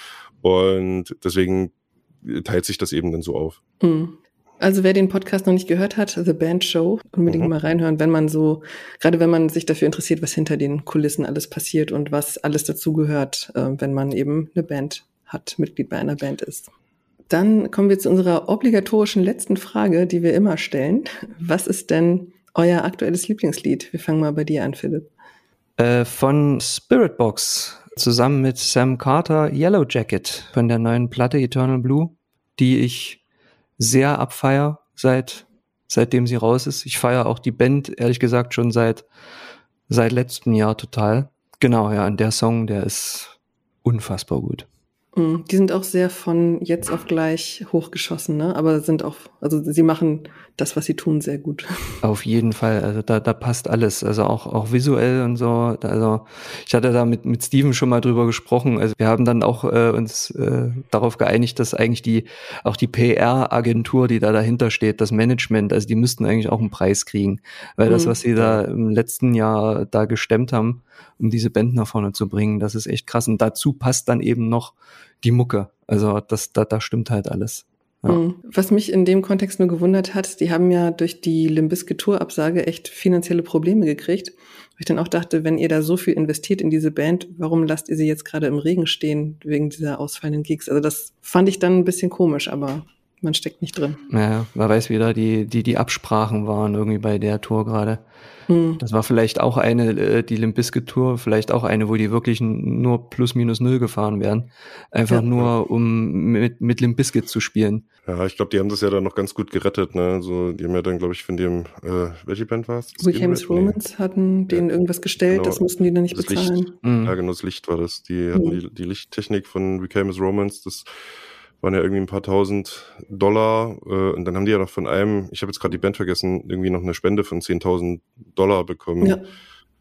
Und deswegen teilt sich das eben dann so auf. Mhm. Also wer den Podcast noch nicht gehört hat, The Band Show, unbedingt mhm. mal reinhören, wenn man so, gerade wenn man sich dafür interessiert, was hinter den Kulissen alles passiert und was alles dazugehört, äh, wenn man eben eine Band hat, Mitglied bei einer Band ist. Dann kommen wir zu unserer obligatorischen letzten Frage, die wir immer stellen. Was ist denn euer aktuelles Lieblingslied? Wir fangen mal bei dir an, Philipp. Äh, von Spiritbox, zusammen mit Sam Carter, Yellow Jacket von der neuen Platte Eternal Blue, die ich sehr abfeier, seit seitdem sie raus ist. Ich feiere auch die Band, ehrlich gesagt, schon seit seit letztem Jahr total. Genau, ja, und der Song, der ist unfassbar gut. Die sind auch sehr von jetzt auf gleich hochgeschossen, ne? Aber sind auch, also sie machen das, was sie tun, sehr gut. Auf jeden Fall, also da da passt alles, also auch auch visuell und so. Also ich hatte da mit mit Steven schon mal drüber gesprochen. Also wir haben dann auch äh, uns äh, darauf geeinigt, dass eigentlich die auch die P R-Agentur, die da dahinter steht, das Management, also die müssten eigentlich auch einen Preis kriegen, weil das, was sie da im letzten Jahr da gestemmt haben, um diese Band nach vorne zu bringen, das ist echt krass. Und dazu passt dann eben noch die Mucke. Also das, da, da stimmt halt alles. Ja. Was mich in dem Kontext nur gewundert hat, die haben ja durch die Limp Bizkit Tour-Absage echt finanzielle Probleme gekriegt. Wo ich dann auch dachte, wenn ihr da so viel investiert in diese Band, warum lasst ihr sie jetzt gerade im Regen stehen wegen dieser ausfallenden Gigs? Also das fand ich dann ein bisschen komisch, aber man steckt nicht drin. Ja, man weiß wieder, die, die, die Absprachen waren irgendwie bei der Tour gerade. Hm. Das war vielleicht auch eine, die Limp Bizkit Tour, vielleicht auch eine, wo die wirklich nur plus minus null gefahren wären. Einfach ja. nur, um mit, mit Limp Bizkit zu spielen. Ja, ich glaube, die haben das ja dann noch ganz gut gerettet, ne? So, die haben ja dann, glaube ich, von dem, äh, welche Band war es? We Came as Romans nee. hatten denen ja. irgendwas gestellt, genau. Das mussten die dann nicht das bezahlen. Licht. Mhm. Ja, genau, das Licht war das. Die hatten mhm. die, die Lichttechnik von We Came as Romans, das waren ja irgendwie ein paar tausend Dollar äh, und dann haben die ja noch von einem, ich habe jetzt gerade die Band vergessen, irgendwie noch eine Spende von zehntausend Dollar bekommen. Ja.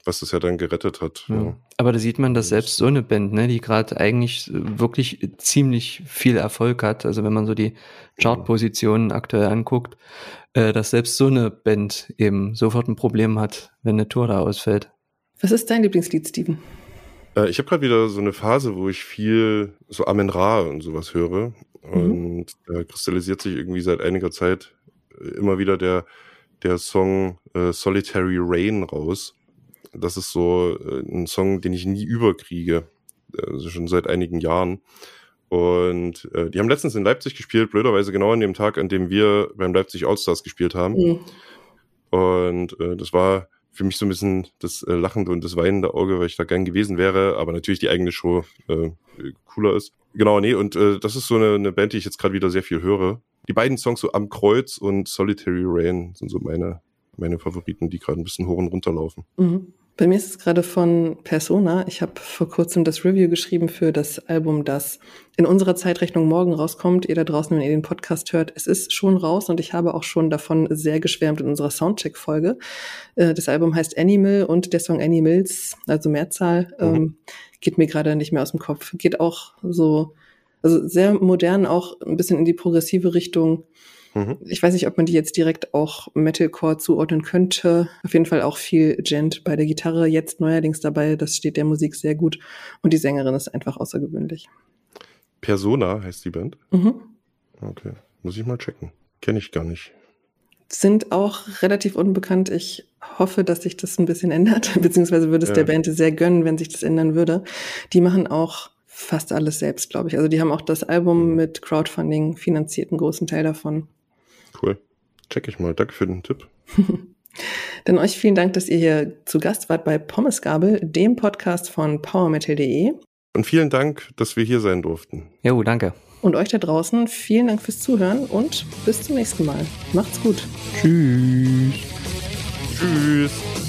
was das ja dann gerettet hat. Ja. Ja. Aber da sieht man, dass selbst so eine Band, ne, die gerade eigentlich wirklich ziemlich viel Erfolg hat, also wenn man so die Chartpositionen aktuell anguckt, äh, dass selbst so eine Band eben sofort ein Problem hat, wenn eine Tour da ausfällt. Was ist dein Lieblingslied, Steven? Äh, ich habe gerade wieder so eine Phase, wo ich viel so Amen-Ra und sowas höre. Und da mhm. kristallisiert sich irgendwie seit einiger Zeit immer wieder der, der Song äh, Solitary Rain raus. Das ist so äh, ein Song, den ich nie überkriege, also schon seit einigen Jahren. Und äh, die haben letztens in Leipzig gespielt, blöderweise genau an dem Tag, an dem wir beim Leipzig Allstars gespielt haben. Mhm. Und äh, das war für mich so ein bisschen das äh, lachende und das weinende Auge, weil ich da gern gewesen wäre, aber natürlich die eigene Show äh, cooler ist. Genau, nee, und äh, das ist so eine, eine Band, die ich jetzt gerade wieder sehr viel höre. Die beiden Songs, so Am Kreuz und Solitary Rain, sind so meine, meine Favoriten, die gerade ein bisschen hoch und runter laufen. Mhm. Bei mir ist es gerade von Persona. Ich habe vor kurzem das Review geschrieben für das Album, das in unserer Zeitrechnung morgen rauskommt. Ihr da draußen, wenn ihr den Podcast hört, es ist schon raus und ich habe auch schon davon sehr geschwärmt in unserer Soundcheck-Folge. Das Album heißt Animal und der Song Animals, also Mehrzahl, mhm. ähm, geht mir gerade nicht mehr aus dem Kopf. Geht auch so, also sehr modern, auch ein bisschen in die progressive Richtung. Ich weiß nicht, ob man die jetzt direkt auch Metalcore zuordnen könnte. Auf jeden Fall auch viel Gent bei der Gitarre jetzt neuerdings dabei. Das steht der Musik sehr gut. Und die Sängerin ist einfach außergewöhnlich. Persona heißt die Band? Mhm. Okay, muss ich mal checken. Kenne ich gar nicht. Sind auch relativ unbekannt. Ich hoffe, dass sich das ein bisschen ändert. Beziehungsweise würde es ja. der Band sehr gönnen, wenn sich das ändern würde. Die machen auch fast alles selbst, glaube ich. Also die haben auch das Album mhm. mit Crowdfunding finanziert, einen großen Teil davon. Cool. Check ich mal. Danke für den Tipp. Dann euch vielen Dank, dass ihr hier zu Gast wart bei Pommesgabel, dem Podcast von powermetal punkt de. Und vielen Dank, dass wir hier sein durften. Jo, danke. Und euch da draußen, vielen Dank fürs Zuhören und bis zum nächsten Mal. Macht's gut. Tschüss. Tschüss.